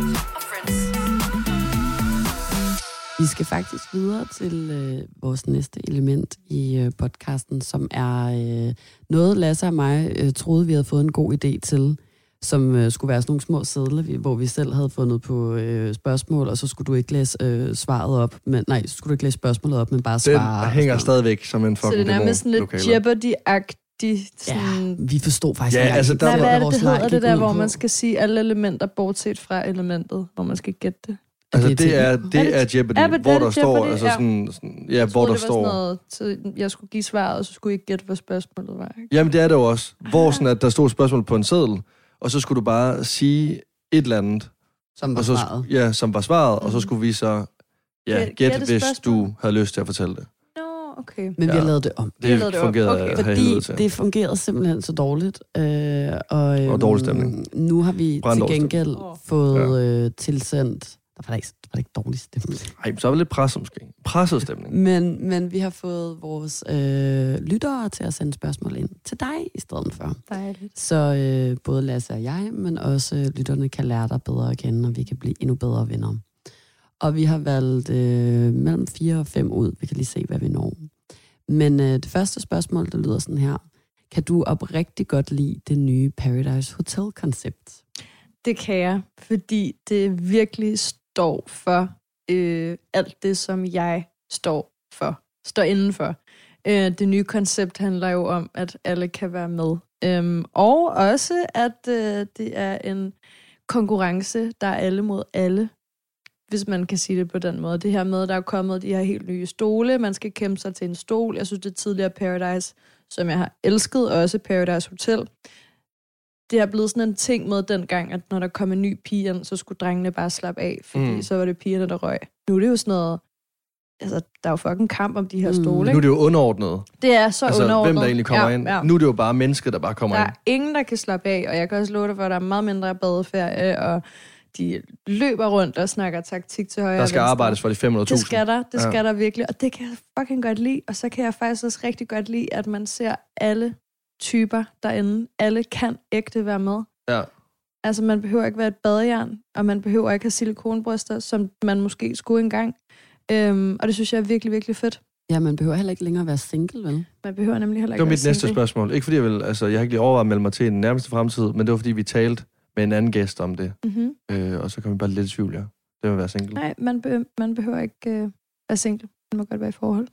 Vi skal faktisk videre til øh, vores næste element i øh, podcasten, som er øh, noget, Lasse og mig øh, troede, vi havde fået en god idé til, som øh, skulle være sådan nogle små sedler, hvor vi selv havde fundet på øh, spørgsmål, og så skulle du ikke læse øh, svaret op, men nej, så skulle du ikke læse spørgsmålet op, men bare svare. Den hænger stadigvæk som en fucking dæmon. Så det er nærmest sådan lidt Jeopardy-agtigt. Sådan... Ja, vi forstod faktisk ja, ikke. Altså, der... Hvad er det, det hedder det der, hvor man skal sige alle elementer, bortset fra elementet, hvor man skal gætte det? Altså, det er, det er, er Jeopardy, ja, hvor der Jeopardy, står, altså ja. sådan, sådan ja, hvor der det står... Sådan noget, så jeg skulle give svaret, og så skulle jeg ikke gætte, hvad spørgsmålet var. Ikke? Jamen, det er det jo også. Hvor sådan, at der stod et spørgsmål på en seddel, og så skulle du bare sige et eller andet. Som var og så, svaret. Ja, som var svaret, mm. og så Mm. skulle vi så ja, Gæt- gætte, gætte hvis spørgsmål. du havde lyst til at fortælle det. Nå, okay. Men Ja. vi har lavet det om. Vi har Det lavet det om. fungerede Okay. okay. Fordi til. det fungerede simpelthen så dårligt. Øh, og, øhm, Og dårlig stemning. Nu har vi til Brandårlig gengæld Åh. fået øh, tilsendt... Der var der ikke, der var der ikke dårlig stemning. Ej, så var det lidt presset måske. Presset stemning. Men, men vi har fået vores øh, lyttere til at sende spørgsmål ind til dig i stedet for. Dejligt. Så øh, både Lasse og jeg, men også øh, lytterne kan lære dig bedre at kende, og vi kan blive endnu bedre venner. Og vi har valgt øh, mellem fire og fem ud. Vi kan lige se, hvad vi når. Men øh, det første spørgsmål, der lyder sådan her. Kan du oprigtigt godt lide det nye Paradise Hotel-koncept? Det kan jeg, fordi det virkelig står for øh, alt det, som jeg står for, står indenfor. Øh, det nye koncept handler jo om, at alle kan være med. Øhm, og også, at øh, det er en konkurrence, der er alle mod alle, hvis man kan sige det på den måde. Det her med, der er kommet de her helt nye stole, man skal kæmpe sig til en stol. Jeg synes, det tidligere Paradise, som jeg har elsket, også Paradise Hotel, det er blevet sådan en ting med dengang, at når der kom en ny pige ind, så skulle drengene bare slappe af, fordi mm. så var det pigerne, der røg. Nu er det jo sådan noget... Altså, der er jo fucking kamp om de her stole, Mm. ikke? Nu er det jo underordnet. Det er så altså, underordnet. hvem der egentlig kommer ja, ind. Ja. Nu er det jo bare mennesker, der bare kommer Der ind. er ingen, der kan slappe af, og jeg kan også love dig for, at der er meget mindre badeferie, og de løber rundt og snakker taktik til højre. Der skal arbejdes for de fem hundrede tusind. Det skal der, det skal ja. der virkelig, og det kan jeg fucking godt lide. Og så kan jeg faktisk også rigtig godt lide, at man ser alle typer derinde. Alle kan ægte være med. Ja. Altså, man behøver ikke være et badejern, og man behøver ikke have silikonbryster, som man måske skulle engang. Øhm, og det synes jeg er virkelig, virkelig fedt. Ja, man behøver heller ikke længere være single, vel? Man behøver nemlig heller ikke Det var være mit single. næste spørgsmål. Ikke fordi jeg vil, altså, jeg har ikke lige overvejet at melde mig til i den nærmeste fremtid, men det var fordi, vi talte med en anden gæst om det. Mm-hmm. Øh, og så kom vi bare lidt i tvivl, ja. Det vil være single. Nej, man, be- man behøver ikke øh, være single. Man må godt være i forhold.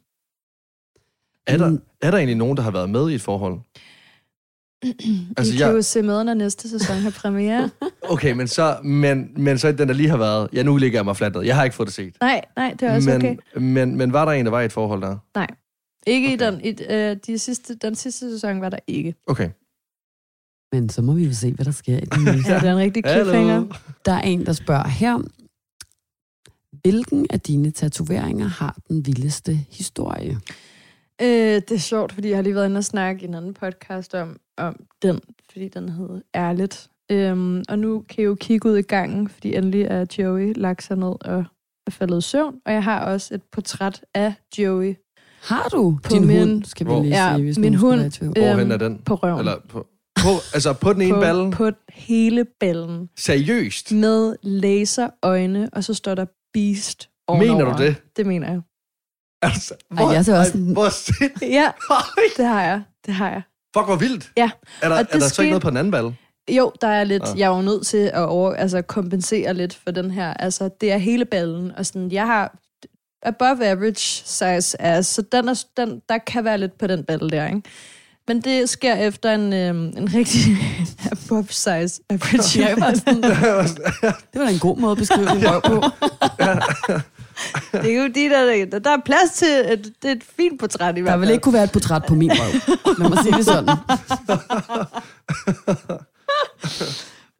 Er der, er der egentlig nogen, der har været med i et forhold? Altså, I kan jeg... jo se med, når næste sæson har premiere. Okay, men så, men, men så den, der lige har været... Ja, nu ligger jeg mig fladt ned. Jeg har ikke fået det set. Nej, nej, det er også men, okay. Men, men var der en, der var i et forhold der? Nej. Ikke okay. Okay. i den. I, øh, de sidste, den sidste sæson var der ikke. Okay. Men så må vi jo se, hvad der sker i den nye. Ja, det er en rigtig cliffhanger. Der er en, der spørger her. Hvilken af dine tatoveringer har den vildeste historie? Øh, det er sjovt, fordi jeg har lige været inde og snakke i en anden podcast om, om den, fordi den hed Ærligt. Øhm, og nu kan jeg jo kigge ud i gangen, fordi endelig er Joey lagt sig ned og er faldet i søvn. Og jeg har også et portræt af Joey. Har du på din min, hund, skal vi lige ja, sige, hvis min nogen hund, skulle være i tvivl. Hvorhen er den? På røven. Eller på, på, altså på den ene på, ballen? På hele ballen. Seriøst? Med laserøjne, og så står der Beast ovenover. Mener du det? Det mener jeg. Altså, Ej, jeg så også ej, hvor sind... Ja, det har jeg. Det har jeg. Fuck, hvor vildt. Ja. Er der, Og er det der så skete- ikke noget på den anden balle? Jo, der er lidt, Ah. jeg er jo nødt til at over, altså, kompensere lidt for den her. Altså, det er hele ballen, og sådan, jeg har above average size ass, så den er, den, der kan være lidt på den balle der, ikke? Men det sker efter en, øhm, en rigtig above size average. Jeg var sådan, det var da en god måde at beskrive din røv på. Det er jo de der, der, der er plads til, et, det er et fint portræt i hvert Der fald. vil ikke kunne være et portræt på min røv. Lad mig sige det sådan.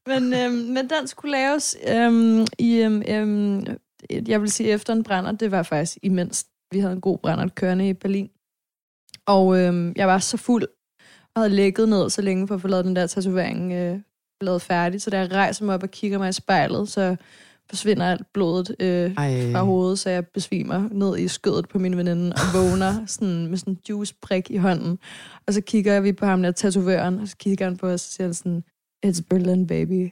men, øhm, men den skulle laves øhm, i, øhm, jeg vil sige efter en brænder. Det var faktisk imens vi havde en god brænder kørende i Berlin. Og øhm, jeg var så fuld og havde lægget ned så længe for at få lavet den der tatovering øh, lavet færdig. Så da jeg rejser mig op og kigger mig i spejlet, så forsvinder alt blodet øh, fra hovedet, så jeg besvimer ned i skødet på min veninde og vågner sådan, med sådan en juiceprik i hånden. Og så kigger vi på ham der tatovøren, og så kigger han på os og siger sådan, it's Berlin, baby.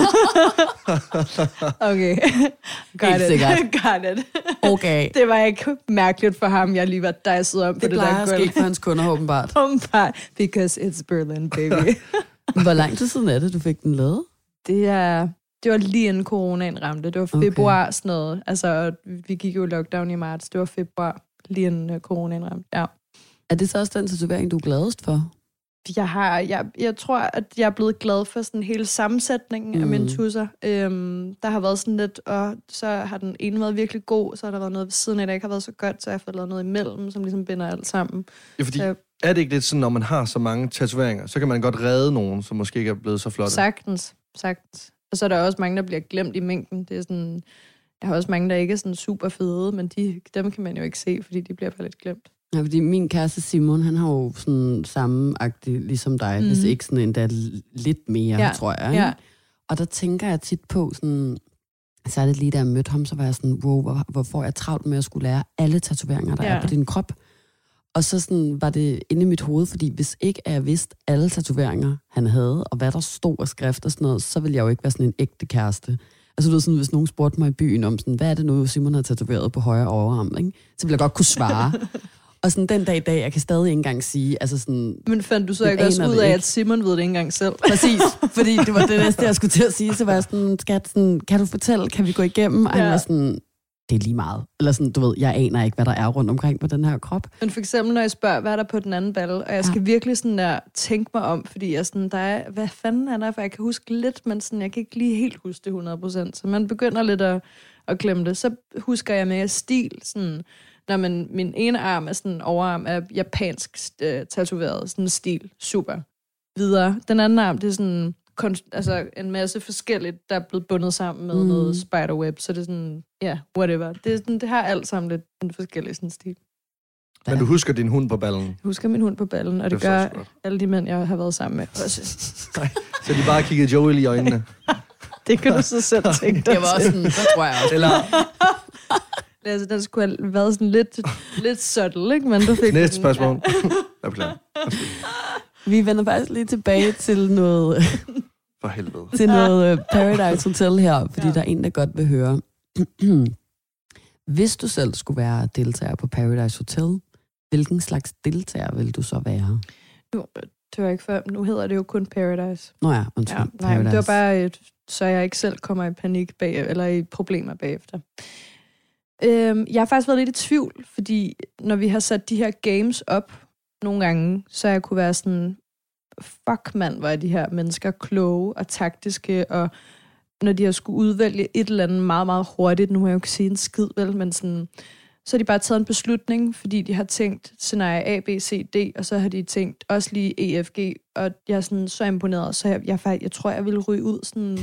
Okay. Got it. Got it. Okay. Det var ikke mærkeligt for ham, jeg lige var dejset om på det, det der gulv. Det plejer at ske for hans kunder, åbenbart. Åbenbart, because it's Berlin, baby. Hvor lang tid siden er det, du fik den lavet? Det er... Det var lige inden coronaen ramte. Det var februar okay. sådan noget. Altså, vi gik jo i lockdown i marts. Det var februar, lige inden uh, coronaen ramte. Ja. Er det så også den tatovering, du er gladest for? Jeg, har, jeg, jeg tror, at jeg er blevet glad for sådan hele sammensætningen mm. af mine tusser. Øhm, der har været sådan lidt, og så har den ene været virkelig god, så har der været noget ved siden af, der ikke har været så godt, så jeg har fået lavet noget imellem, som ligesom binder alt sammen. Ja, fordi så, er det ikke lidt sådan, når man har så mange tatoveringer, så kan man godt redde nogen, som måske ikke er blevet så flotte? Sagtens, sagtens. Og så er der også mange, der bliver glemt i mængden. Det er sådan, jeg har også mange, der ikke er sådan super fede, men de, dem kan man jo ikke se, fordi de bliver bare lidt glemt. Ja, fordi min kæreste Simon, han har jo sådan samme-agtig ligesom dig, mm. hvis ikke sådan endda lidt mere, ja. tror jeg. Ikke? Ja. Og der tænker jeg tit på sådan, så er det lige da jeg mødte ham, så var jeg sådan, wow, hvor, hvor får jeg travlt med at skulle lære alle tatoveringer, der ja. er på din krop. Og så sådan var det inde i mit hoved, fordi hvis ikke jeg vidste alle tatoveringer, han havde, og hvad der stod af skrift og sådan noget, så ville jeg jo ikke være sådan en ægte kæreste. Altså du ved sådan, hvis nogen spurgte mig i byen om sådan, hvad er det nu, Simon har tatoveret på højre overarm, ikke? Så ville jeg godt kunne svare. Og sådan den dag i dag, jeg kan stadig ikke engang sige, altså sådan... Men fandt du så ikke også ud af, at Simon ved det ikke engang selv? Præcis, fordi det var det næste, jeg skulle til at sige, så var jeg sådan, skat, sådan, kan du fortælle, kan vi gå igennem? Og ja. han var sådan, det er lige meget. Eller sådan, du ved, jeg aner ikke, hvad der er rundt omkring på den her krop. Men for eksempel, når jeg spørger, hvad er der på den anden balle, og jeg skal ja. virkelig sådan der tænke mig om, fordi jeg sådan, der er, hvad fanden er der, for jeg kan huske lidt, men sådan, jeg kan ikke lige helt huske det hundrede procent. Så man begynder lidt at, at glemme det. Så husker jeg med stil, sådan, når man, min ene arm er sådan, overarm er japansk øh, tatoveret, sådan stil, super. Videre. Den anden arm, det er sådan, kon- altså en masse forskelligt, der er blevet bundet sammen med mm. noget spiderweb, så det er sådan, ja, yeah, whatever. Det, er sådan, det har alt sammen lidt en forskellig sådan stil. Men du husker din hund på ballen? Jeg husker min hund på ballen, og det, det gør alle de mænd, jeg har været sammen med også. Nej, så de bare kiggede Joel i øjnene? Det kan du så selv tænke dig. Det var også sådan, så tror jeg også. Eller... Altså, den skulle have været sådan lidt, lidt subtle, ikke? Men du fik næste den, spørgsmål. Ja. Jeg klar. Vi vender faktisk lige tilbage til noget... For helvede. Til noget Paradise Hotel her, fordi ja. der er en, der godt vil høre. Hvis du selv skulle være deltager på Paradise Hotel, hvilken slags deltager vil du så være? Nu, det var ikke før. Nu hedder det jo kun Paradise. Nå ja, undskyld. Ja, nej, det var bare, et, så jeg ikke selv kommer i panik bag, eller i problemer bagefter. Øhm, jeg har faktisk været lidt i tvivl, fordi når vi har sat de her games op nogle gange, så jeg kunne være sådan, fuck mand, hvor er de her mennesker kloge og taktiske, og når de har skulle udvælge et eller andet meget, meget hurtigt, nu må jeg jo ikke sige en skid vel, men sådan, så har de bare taget en beslutning, fordi de har tænkt scenarie A, B, C, D, og så har de tænkt også lige E, F, G, og jeg er sådan så imponeret, så jeg, jeg, jeg, jeg tror, jeg ville ryge ud sådan...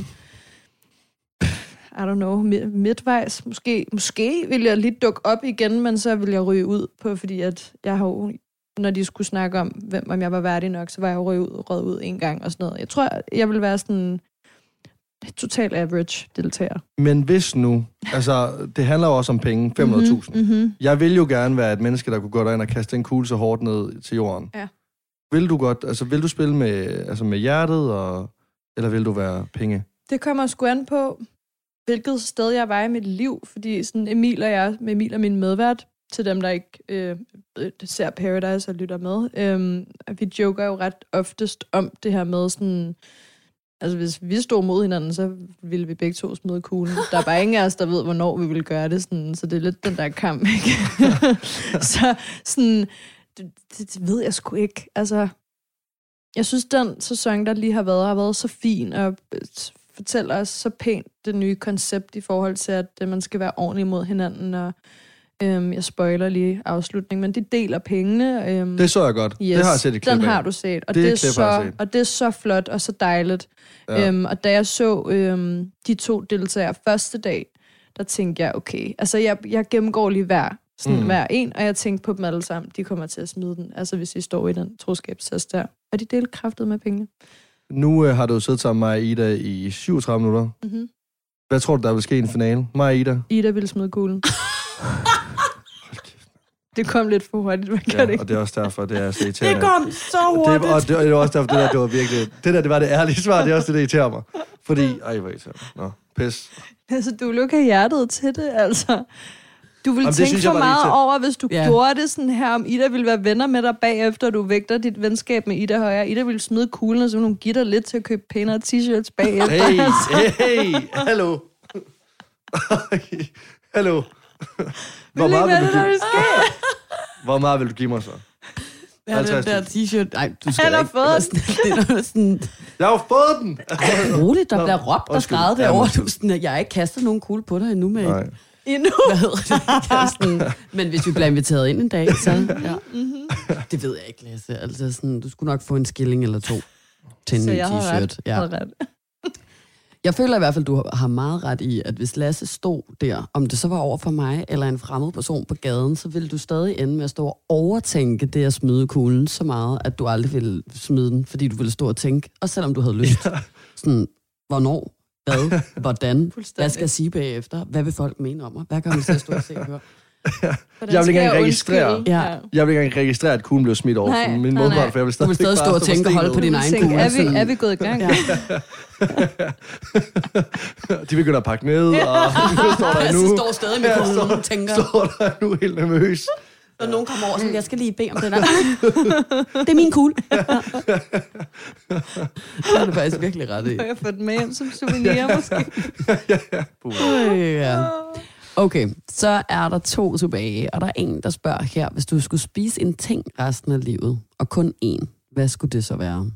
I don't know, midtvejs. Måske, måske vil jeg lige dukke op igen, men så vil jeg ryge ud på, fordi at jeg har jo, når de skulle snakke om, hvem, om jeg var værdig nok, så var jeg jo ryge ud, rød ud en gang og sådan noget. Jeg tror, jeg vil være sådan total average deltager. Men hvis nu, altså det handler jo også om penge, fem hundrede tusind. Mm-hmm. Jeg vil jo gerne være et menneske, der kunne gå derind og kaste en kugle så hårdt ned til jorden. Ja. Vil du godt, altså vil du spille med, altså med hjertet, og, eller vil du være penge? Det kommer sgu an på, hvilket sted jeg var i mit liv, fordi sådan Emil og jeg, med Emil og min medvært, til dem, der ikke øh, ser Paradise og lytter med, øh, vi joker jo ret oftest om det her med sådan, altså hvis vi stod mod hinanden, så ville vi begge to smide kuglen. Der er bare ingen af os, der ved, hvornår vi vil gøre det, sådan, så det er lidt den der kamp, ikke? Så sådan, det, det, det ved jeg sgu ikke. Altså, jeg synes, den sæson, der lige har været, har været så fin, og fortæller os så pænt det nye koncept i forhold til, at man skal være ordentlig mod hinanden, og Øhm, jeg spoiler lige afslutningen, men de deler pengene. Øhm, Det så jeg godt. yes, Det har jeg set i klip den af. har du set. Og Det det, det, er klip har jeg så, set. og det er så flot og så dejligt. Ja. Øhm, og da jeg så øhm, de to deltagere første dag, der tænkte jeg, okay, altså jeg, jeg gennemgår lige hver, sådan Mm. hver en, og jeg tænkte på dem alle sammen, de kommer til at smide den, altså hvis I står i den troskabstest der. Og de delte kraftet med pengene. Nu øh, har du siddet sammen med mig og Ida i syvogtredive minutter. Mm-hmm. Hvad tror du, der vil ske i en finale? Mig og Ida? Ida ville smide kuglen. Det kom lidt for hurtigt, hvad kan Ja, det ikke? og det er også derfor, det er så Det irriterende. kom så hurtigt. Det, og det, det var også derfor, det der, det var virkelig... Det der, det var det ærlige svar, det er også det, der irriterer mig. Fordi... Ej, hvor irriterende. Nå, pis. Altså, du ville jo ikke have hjertet til det, altså. Du ville Jamen, det tænke synes jeg for var meget irriterende. over, hvis du Ja. ja. gjorde det sådan her, om Ida ville være venner med dig bagefter, og du vægter dit venskab med Ida højere. Ida ville smide kuglen, og så ville hun give dig lidt til at købe pænere t-shirts bagefter. Hey, altså. hey, hallo. Hallo. Hvor Vil ikke meget være vil det, du der give, vil ske? hvor meget vil du give mig så? Ja, den halvtreds der t-shirt. Nej, du skal Han har ikke. fået Det er noget sådan... Jeg har jo fået den! Ej, roligt, der Nå, bliver råbt og undskyld. skrevet Ja, derovre. undskyld. Du er sådan, at jeg har ikke kastet nogen kugle på dig endnu med... Nej. Endnu. Hvad hedder det? Jeg er sådan, men hvis vi bliver inviteret ind en dag, så... Ja. Det ved jeg ikke, Lasse. Altså sådan, du skulle nok få en skilling eller to til en Så ny jeg har t-shirt. ret. Ja. Har ret. Jeg føler i hvert fald, du har meget ret i, at hvis Lasse stod der, om det så var over for mig eller en fremmed person på gaden, så ville du stadig ende med at stå og overtænke det at smide kuglen så meget, at du aldrig ville smide den, fordi du ville stå og tænke, og selvom du havde lyst. Sådan, hvornår? Hvad? Hvordan? Hvad skal jeg sige bagefter? Hvad vil folk mene om mig? Hvad kan man til at stå og se og høre? Jeg vil ikke engang registrere. Ja. Jeg vil ikke engang registrere, at kuglen blev smidt over Nej, for min nej, modpart, nej. for jeg vil Du stadig, vil stadig bare stå og tænke og holde på din egen Tænk, kugle. er, vi, sådan. er vi gået i gang? Ja. De begynder at pakke ned, og står der Lasse nu. står stadig med kuglen og tænker, Står der nu helt nervøs. og nogen kommer over, så jeg skal lige bede om den her. Det er min kugle. Det er du faktisk virkelig ret i. Har jeg fået den med hjem som souvenir, måske? Øh, ja. Okay, så er der to tilbage, og der er en, der spørger her, hvis du skulle spise en ting resten af livet, og kun én, hvad skulle det så være?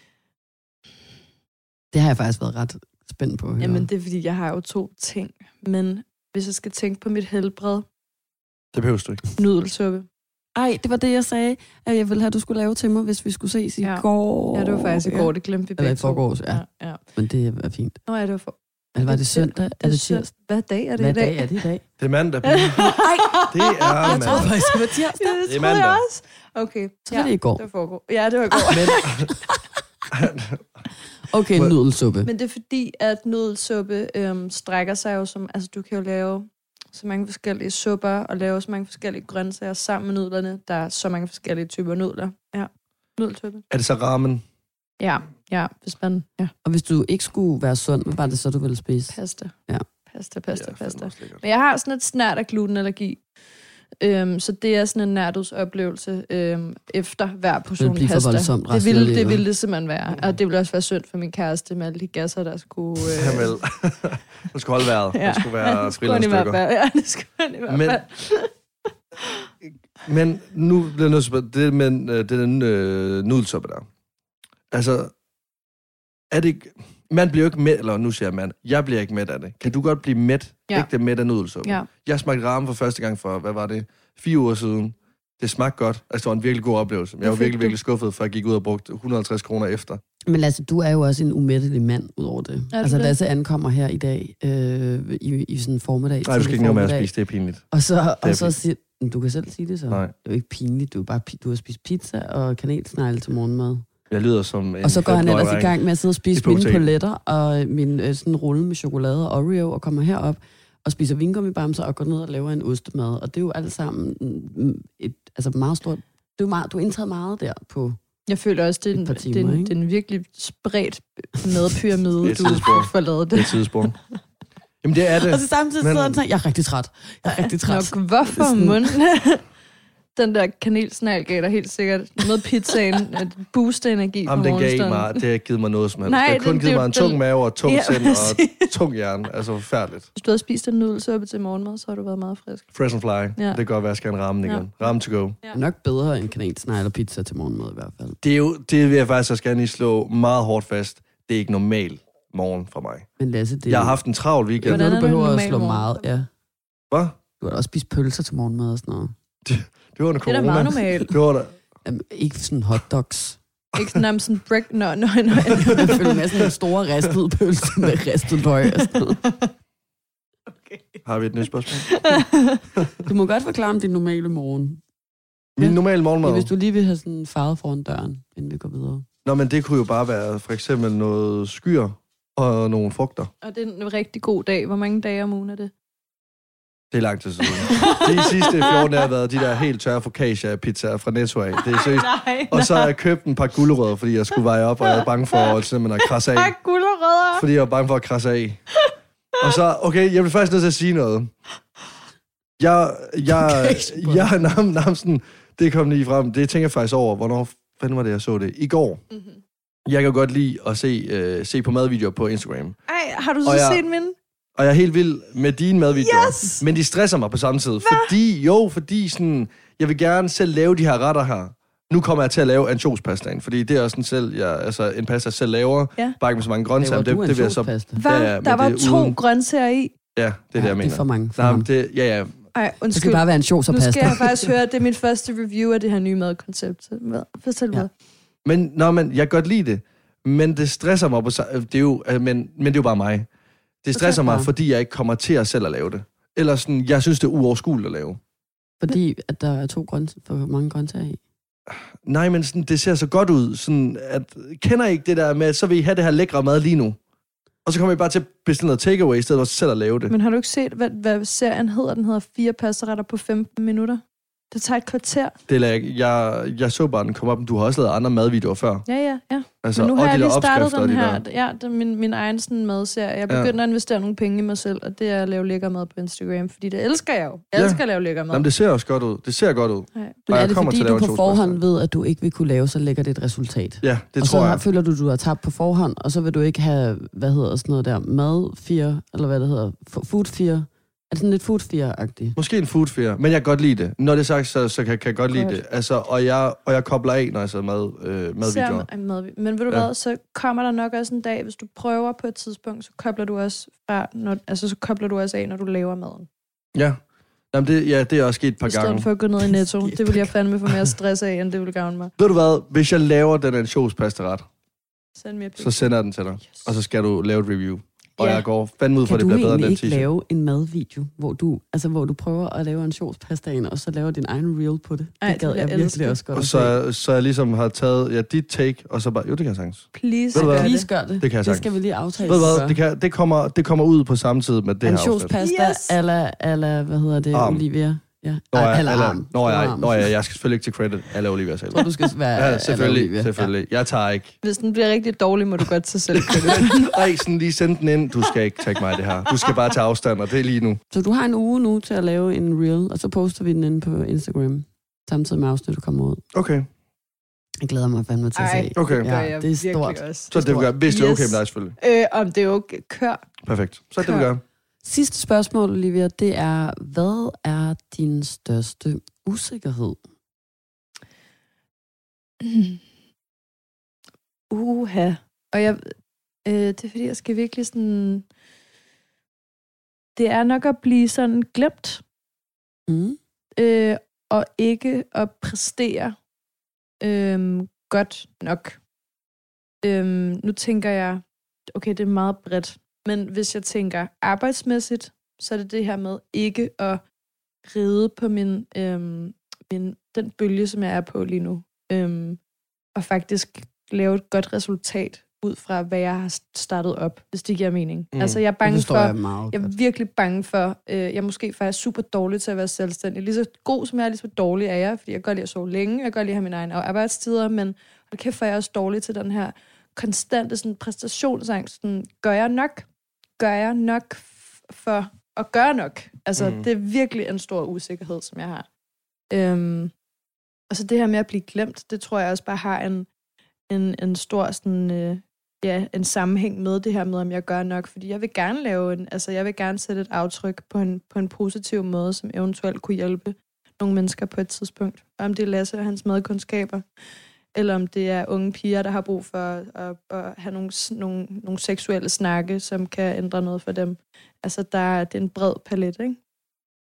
Det har jeg faktisk været ret spændt på at høre. Jamen, det er fordi, jeg har jo to ting. Men hvis jeg skal tænke på mit helbred, Det behøver du ikke. nudelsuppe. Ej, det var det, jeg sagde, at jeg ville have, at du skulle lave til mig, hvis vi skulle ses i Ja. går. Ja, det var faktisk i går, det glemte vi begge Eller i to. forgårs, ja. ja. Men det er fint. Nå, ja, det var for... Eller var det søndag? Er det søndag. tirsdag? Hvad dag er det Hvad i dag? dag er det i dag? Det er mandag. Nej, Det er jeg troede mandag. faktisk, det var tirsdag. Ja, det Det er troede jeg mandag. også. Okay. Så var det i går. Det var foregår. Ja, det var i går. Men Okay, Hvor- nudelsuppe. Men det er fordi, at nudelsuppe øhm, strækker sig jo som... Altså, du kan jo lave så mange forskellige supper, og lave så mange forskellige grøntsager sammen med nudlerne. Der er så mange forskellige typer nudler. Ja, nudelsuppe. er det så ramen? Ja, ja, hvis man... Ja, Og hvis du ikke skulle være sund, hvad var det så, du ville spise? pasta. Ja. Pasta, pasta, Ja, pasta. fandme også lækkert. Men jeg har sådan et snært af glutenallergi. Øhm, så det er sådan en nærdødsoplevelse øhm, efter hver portion Det bliver for pasta. voldsomt det resten af ville, livet. det ville det simpelthen være. Og det ville også være synd for min kæreste med alle de gasser, der skulle... Øh, Jamen, du skulle holde vejret. ja, Der skulle være det skulle han i hvert frilandsstykker. fald. Ja, det skulle han i hvert Men- fald. Men nu bliver jeg nødt til at spørge, det med øh, den øh, nudelsuppe der. Altså, er det ikke... Man bliver jo ikke mæt, eller nu siger jeg man, jeg bliver ikke mæt af det. Kan du godt blive mæt, Ja. ægte mæt af nudelsuppe? Ja. Jeg smagte ramen for første gang for, hvad var det, fire uger siden. Det smagte godt. Altså, det var en virkelig god oplevelse. Jeg var fik virkelig, du. virkelig skuffet, for jeg gik ud og brugte et hundrede og halvtreds kroner efter. Men Lasse, du er jo også en umættelig mand ud over det. du Altså det? Lasse ankommer her i dag øh, i, i sådan en formiddag. Nej, du skal tidlig ikke nå med at formiddag. spise, det er pinligt. Og så, og så fint. siger men du kan selv sige det så. Nej. Det er jo ikke pinligt. Du, er bare, pi- du har spist pizza og kanelsnegle til morgenmad. Jeg lyder som en Og så går han ellers i femten-årig gang med at sidde og spise i mine puberteten. poletter og min øh, sådan rulle med chokolade og Oreo og kommer herop og spiser vingummibamser og går ned og laver en ostemad. Og det er jo alt sammen mm, et altså meget stort... Det er jo meget, du har indtaget meget der på... Jeg føler også, det er Et en, par det timer, er en, ikke? det er en virkelig spredt madpyramide, Det er et du tidsspor. får lavet Det er det. et tidsspor. Jamen, det er det. Og så samtidig Men- sidder han og tænker, jeg er rigtig træt. Jeg er rigtig træt. Nok, hvorfor Sådan- munden? Den der kanelsnegl gav dig helt sikkert med pizzaen, at booste energi på Jamen, den gav morgenstunden. mig, det har ikke givet mig noget som helst. Nej, Det har kun det- givet det- mig en den- tung mave og tung Ja, sind og præcis. tung hjerne. Altså, forfærdeligt. Hvis du havde spist en nudelsuppe til morgenmad, så har du været meget frisk. Fresh and fly. Ja. Det kan godt være, at jeg skal have en ramen igen. Ramen to go. Det er nok bedre end kanelsnegle og pizza til morgenmad i hvert fald. Det, er jo, det vil jeg faktisk også gerne lige slå meget hårdt fast. Det er ikke normal morgen for mig. Men Lasse, det er Jeg har haft en travl weekend. det er Hvordan noget, du er det behøver at normal slå morgen? meget. Ja. Hvad? Du har da også spist pølser til morgenmad og sådan noget. Det, det var under corona. Det er da meget normalt. Det var der. Jamen, ikke sådan hotdogs. Ikke sådan nærmest sådan break... Nå, nå, nå. Jeg føler med sådan en stor ristet pølse med ristet løg og sådan noget. Okay. Har vi et nyt spørgsmål? Du må godt forklare om din normale morgen. Min normale morgenmad? Ja, hvis du lige vil have sådan farvet foran døren, inden vi går videre. Nå, men det kunne jo bare være for eksempel noget skyr og nogle frugter. Og det er en rigtig god dag. Hvor mange dage om ugen er det? Det er lang tid siden. De sidste fjorten dage har været de der helt tørre focaccia-pizzaer fra Netto af. Det er seriøst. Nej, og så har jeg købt en par gulerødder, fordi jeg skulle veje op, og jeg var bange for at, simpelthen at krasse af. Par gulerødder? Fordi jeg var bange for at krasse af. Og så, okay, jeg vil faktisk nødt til at sige noget. Jeg, jeg, jeg er nærmest, nærmest sådan, det kom lige frem, det tænker jeg faktisk over, hvornår fanden var det, jeg så det? I går. Mm-hmm. Jeg kan godt lide at se, uh, se på madvideoer på Instagram. Ej, har du så jeg, set min? Og jeg er helt vild med dine madvideoer. Yes! Men de stresser mig på samme tid. Hva? Fordi, jo, fordi sådan, jeg vil gerne selv lave de her retter her. Nu kommer jeg til at lave ansjospastaen, fordi det er også en, selv, jeg, altså en pasta, jeg selv laver. Ja. Bare ikke med så mange grøntsager. Laver det, det vil jeg så. Hvad? Ja, ja, der var to uden... grøntsager i? Ja, det er ja, det, jeg mener. det er for mange. For Nej, mange. det, ja, ja. Ej, undskyld. Det skal bare være en sjovs og pasta. Nu skal jeg faktisk høre, det er min første review af det her nye madkoncept. Fortæl mig. Ja. Men, nå, men jeg kan godt lide det. Men det stresser mig på det er jo, men, men det er jo bare mig. Det stresser mig, fordi jeg ikke kommer til at selv at lave det. Eller sådan, jeg synes, det er uoverskueligt at lave. Fordi at der er to grøntsager, for mange grøntsager i? Nej, men sådan, det ser så godt ud. Sådan, at, kender I ikke det der med, at så vil I have det her lækre mad lige nu? Og så kommer I bare til at bestille noget takeaway, i stedet for selv at lave det. Men har du ikke set, hvad, hvad serien hedder? Den hedder fire pastaretter på femten minutter. Det tager et kvarter. Det er jeg, jeg, jeg så bare, den kom op. Du har også lavet andre madvideoer før. Ja, ja, ja. Altså, men nu har og jeg de lige startet den de her. Ja, det er min, min egen sådan madserie. Jeg begynder ja. at investere nogle penge i mig selv, og det er at lave lækker mad på Instagram, fordi det elsker jeg jo. Jeg ja. elsker at lave lækker mad. Jamen, det ser også godt ud. Det ser godt ud. Ja. Men er det fordi, du på forhånd ved, at du ikke vil kunne lave så lækkert et resultat? Ja, det og tror jeg. Og så føler du, du har tabt på forhånd, og så vil du ikke have, hvad hedder sådan noget der, mad fire, eller hvad det hedder, food fire. Er det sådan lidt food fear-agtigt? Måske en food fear, men jeg kan godt lide det. Når det er sagt, så, så kan, kan jeg godt lide godt. det. Altså, og, jeg, og jeg kobler af, når jeg ser mad, øh, madvideoer. Ser mad, men ved du ja. hvad, så kommer der nok også en dag, hvis du prøver på et tidspunkt, så kobler du også, fra, når, altså, så kobler du også af, når du laver maden. Ja. Jamen det, ja, det er også sket et par gange. I stedet for at gå ned i Netto. Det vil jeg fandme få mere stress af, end det vil gavne mig. Ved du hvad? Hvis jeg laver den ansjospastaret, Send så sender jeg den til dig. Yes. Og så skal du lave et review. Og ja. jeg går fandme ud for, at det bliver bedre end den t-shirt. Kan du ikke lave en madvideo, hvor du, altså, hvor du prøver at lave en ansjospastaen, og så laver din egen reel på det? Ej, det gad jeg, jeg virkelig også godt. Og så, så jeg ligesom har taget ja, dit take, og så bare, jo, det kan jeg sagtens. Please, gør Please gør det. Det kan jeg sagtens. Det skal vi lige aftale. Ved du hvad, det, kan, det, kommer, det kommer ud på samme tid med det her afsnit. Ansjospasta, yes. ala, ala, hvad hedder det, Arm. Olivia? Ja. Nå, jeg, eller arm. Nå, jeg, nå, jeg, jeg skal selvfølgelig ikke til credit. Alle Olivia selv. Så du skal være ja, selvfølgelig, selvfølgelig. Ja. Jeg tager ikke. Hvis den bliver rigtig dårlig, må du godt tage selv credit. Nej, sådan lige send den ind. Du skal ikke tage mig det her. Du skal bare tage afstand, og det er lige nu. Så du har en uge nu til at lave en reel, og så poster vi den inde på Instagram, samtidig med afsnittet kommer ud. Okay. Jeg glæder mig fandme til at se. Okay. Ja, det er stort. Også. Så det vil gøre, hvis det er okay yes. med dig selvfølgelig. Øh, om det er okay. Kør. Perfekt. Så det vil gøre. Sidste spørgsmål, Olivia, det er, hvad er din største usikkerhed? Uha. Og jeg, øh, det er fordi, jeg skal virkelig sådan... Det er nok at blive sådan glemt. Mm. Øh, og ikke at præstere øh, godt nok. Øh, nu tænker jeg, okay, det er meget bredt. Men hvis jeg tænker arbejdsmæssigt, så er det det her med ikke at ride på min, øhm, min, den bølge, som jeg er på lige nu. Øhm, og faktisk lave et godt resultat ud fra, hvad jeg har startet op, hvis det giver mening. Mm. Altså, jeg er bange for... Jeg, jeg er virkelig bange for... Øh, jeg er måske faktisk super dårlig til at være selvstændig. Lige så god som jeg er, lige så dårlig er jeg, fordi jeg kan godt lide at sove længe, jeg kan godt lide at have mine egne arbejdstider, men hold kæft, for jeg er også dårlig til den her konstante sådan, præstationsangst. Sådan, gør jeg nok? Gør jeg nok f- for at gøre nok? Altså, mm. det er virkelig en stor usikkerhed, som jeg har. Øhm, og så det her med at blive glemt, det tror jeg også bare har en, en, en stor sådan, øh, ja, en sammenhæng med det her med, om jeg gør nok. Fordi jeg vil gerne lave en, altså jeg vil gerne sætte et aftryk på en, på en positiv måde, som eventuelt kunne hjælpe nogle mennesker på et tidspunkt. Om det er Lasse og hans madkundskaber, eller om det er unge piger, der har brug for at, at have nogle, nogle, nogle seksuelle snakke, som kan ændre noget for dem. Altså, der er, det er en bred palet, ikke?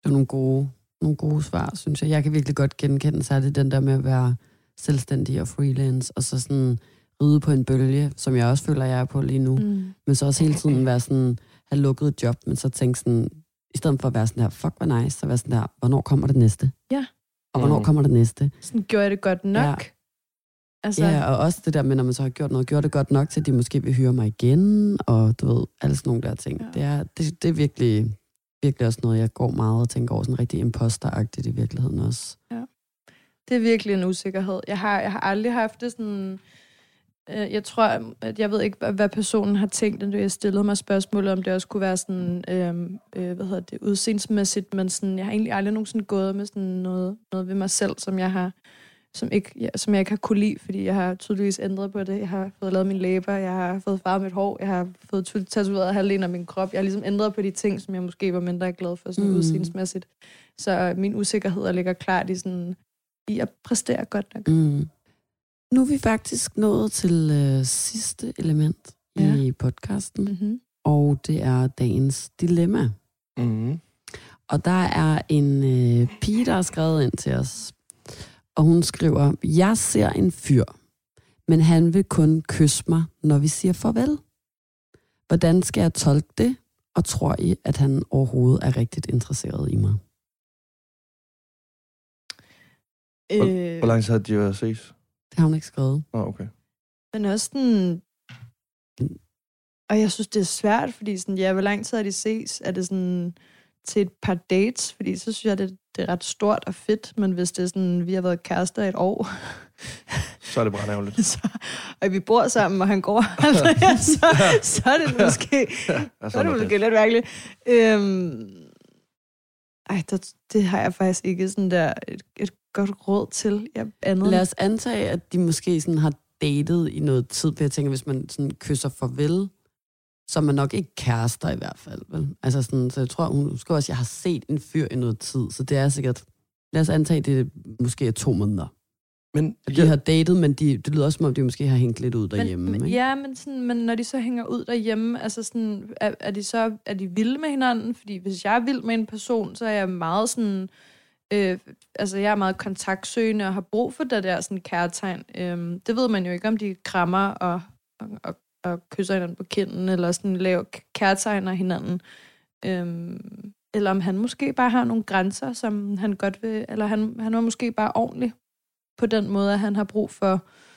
Det er nogle gode, nogle gode svar, synes jeg. Jeg kan virkelig godt genkende særligt den der med at være selvstændig og freelance, og så sådan ride på en bølge, som jeg også føler, jeg er på lige nu. Mm. Men så også hele tiden være sådan, have lukket et job, men så tænke sådan, i stedet for at være sådan her, fuck, hvor nice, så være sådan der, hvornår kommer det næste? Ja. Og hvornår mm. kommer det næste? Sådan, gjorde jeg det godt nok? Ja. Altså... ja, og også det der med, når man så har gjort noget, gjort det godt nok til, at de måske vil hyre mig igen, og du ved, alle sådan nogle der ting. Ja. Det, er, det, det er virkelig, virkelig også noget, jeg går meget og tænker over, sådan rigtig imposteragtigt i virkeligheden også. Ja. Det er virkelig en usikkerhed. Jeg har, jeg har aldrig haft det sådan... Øh, jeg tror, at jeg ved ikke, hvad personen har tænkt, når jeg stillede mig spørgsmål, om det også kunne være sådan, øh, øh, hvad hedder det, udseendsmæssigt, men sådan, jeg har egentlig aldrig nogensinde gået med sådan noget, noget ved mig selv, som jeg har, som ikke, ja, som jeg ikke har kunne lide, fordi jeg har tydeligvis ændret på det. Jeg har fået lavet mine læber, jeg har fået farvet mit hår, jeg har fået tatoveret halvdelen af min krop. Jeg har ligesom ændret på de ting, som jeg måske var mindre glad for, sådan mm. udseendsmæssigt. Så min usikkerhed ligger klart i sådan, i at præstere godt nok. Mm. Nu er vi faktisk nået til øh, sidste element ja. i podcasten, mm-hmm. og det er dagens dilemma. Mm-hmm. Og der er en øh, pige, der har skrevet ind til os, og hun skriver, jeg ser en fyr, men han vil kun kysse mig, når vi siger farvel. Hvordan skal jeg tolke det, og tror I, at han overhovedet er rigtigt interesseret i mig? Hvor, hvor lang tid har de været ses? Det har hun ikke skrevet. Åh, oh, okay. Men også sådan... Og jeg synes, det er svært, fordi sådan, ja, hvor lang tid er de ses? Er det sådan til et par dates? Fordi så synes jeg, det, det er ret stort og fedt, men hvis det er sådan, vi har været kærester et år... så er det brandærgerligt. så, og vi bor sammen, og han går altså, ja, så, så er det måske, ja, så er det måske lidt mærkeligt. Øhm, ej, det, det har jeg faktisk ikke sådan der et, et godt råd til. Jeg andet. Lad os antage, at de måske sådan har datet i noget tid, for jeg tænker, hvis man sådan kysser farvel, så er man nok ikke kærester i hvert fald. Vel? Altså sådan, så jeg tror, hun skal også, jeg har set en fyr i noget tid, så det er sikkert, lad os antage, det måske er to måneder. Men de ja. har datet, men de, det lyder også, som om de måske har hængt lidt ud derhjemme. Men, ikke? Ja, men, sådan, men når de så hænger ud derhjemme, altså sådan, er, er de så er de vilde med hinanden? Fordi hvis jeg er vild med en person, så er jeg meget sådan... Øh, altså, jeg er meget kontaktsøgende og har brug for det der sådan kærtegn. Øh, det ved man jo ikke, om de krammer og, og, og, og kysser hinanden på kinden, eller sådan laver kærtegner hinanden. Øh, eller om han måske bare har nogle grænser, som han godt vil... Eller han, han var måske bare ordentlig på den måde, at han har brug for,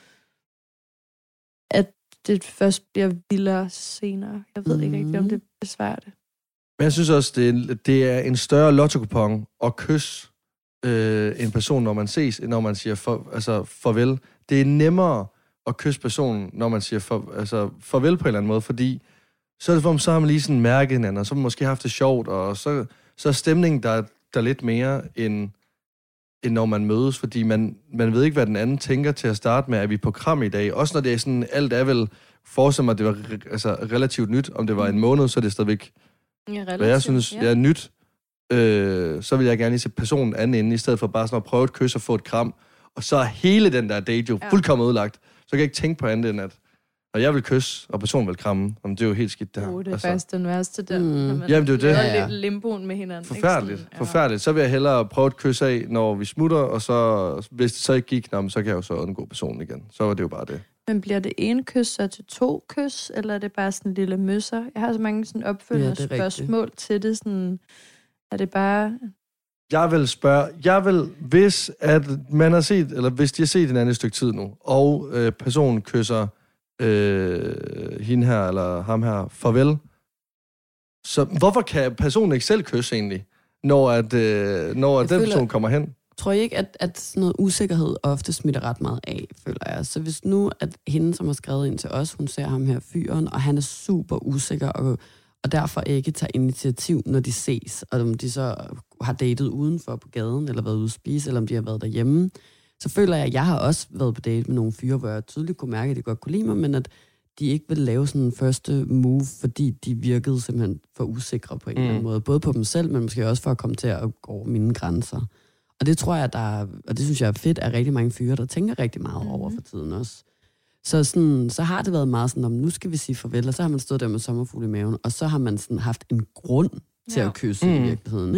at det først bliver vildere senere. Jeg ved mm. ikke rigtig, om det besværer det. Men jeg synes også, det er, det er en større lotto-kupon at kysse øh, en person, når man ses, end når man siger for, altså, farvel. Det er nemmere at kysse personen, når man siger for, altså, farvel på en eller anden måde, fordi så er det for, så har man lige sådan mærket hinanden, og så har man måske haft det sjovt, og så, så er stemningen der, der er lidt mere end, end når man mødes, fordi man, man ved ikke, hvad den anden tænker til at starte med, at vi er på kram i dag. Også når det er sådan, alt er vel, forestiller mig, at det var altså, relativt nyt. Om det var en måned, så er det stadigvæk, ja, relativt, hvad jeg synes, ja. er nyt. Øh, så vil jeg gerne lige se personen anden inde, i stedet for bare sådan at prøve et kys og få et kram. Og så er hele den der date jo ja. fuldkommen udlagt. Så kan jeg ikke tænke på andet end, at når jeg vil kysse, og personen vil kramme, jamen, det er jo helt skidt det her. Oh, det er altså, faktisk den værste der. Mm. Jamen, det er jo det. Ja, ja. Limboen med hinanden. Forfærdeligt. Ikke? Ja. Forfærdeligt. Så vil jeg hellere prøve et kys af, når vi smutter, og så, hvis det så ikke gik, så kan jeg jo så undgå personen igen. Så var det jo bare det. Men bliver det en kys så til to kys, eller er det bare sådan en lille møsser? Jeg har så mange sådan opfølgende ja, spørgsmål rigtigt. til det. Sådan, er det bare... Jeg vil spørge, jeg vil, hvis at man har set, eller hvis de har set en anden stykke tid nu, og øh, personen kysser øh, hende her, eller ham her, farvel, så hvorfor kan personen ikke selv kysse egentlig, når, at, øh, når at den føler, person kommer hen? Tror jeg ikke, at, at sådan noget usikkerhed ofte smitter ret meget af, føler jeg. Så hvis nu, at hende, som har skrevet ind til os, hun ser ham her fyren, og han er super usikker, og, og derfor ikke tager initiativ, når de ses, og om de så har datet udenfor på gaden, eller været ude at spise, eller om de har været derhjemme, så føler jeg, at jeg har også været på date med nogle fyre, hvor jeg tydeligt kunne mærke, at de godt kunne lide mig, men at de ikke ville lave sådan en første move, fordi de virkede simpelthen for usikre på en mm. eller anden måde. Både på dem selv, men måske også for at komme til at gå over mine grænser. Og det tror jeg, der er, og det synes jeg er fedt, at rigtig mange fyre, der tænker rigtig meget mm. over for tiden også. Så, sådan, så har det været meget sådan, om nu skal vi sige farvel, og så har man stået der med sommerfugl i maven, og så har man sådan haft en grund til ja. at kysse mm. i virkeligheden, ikke?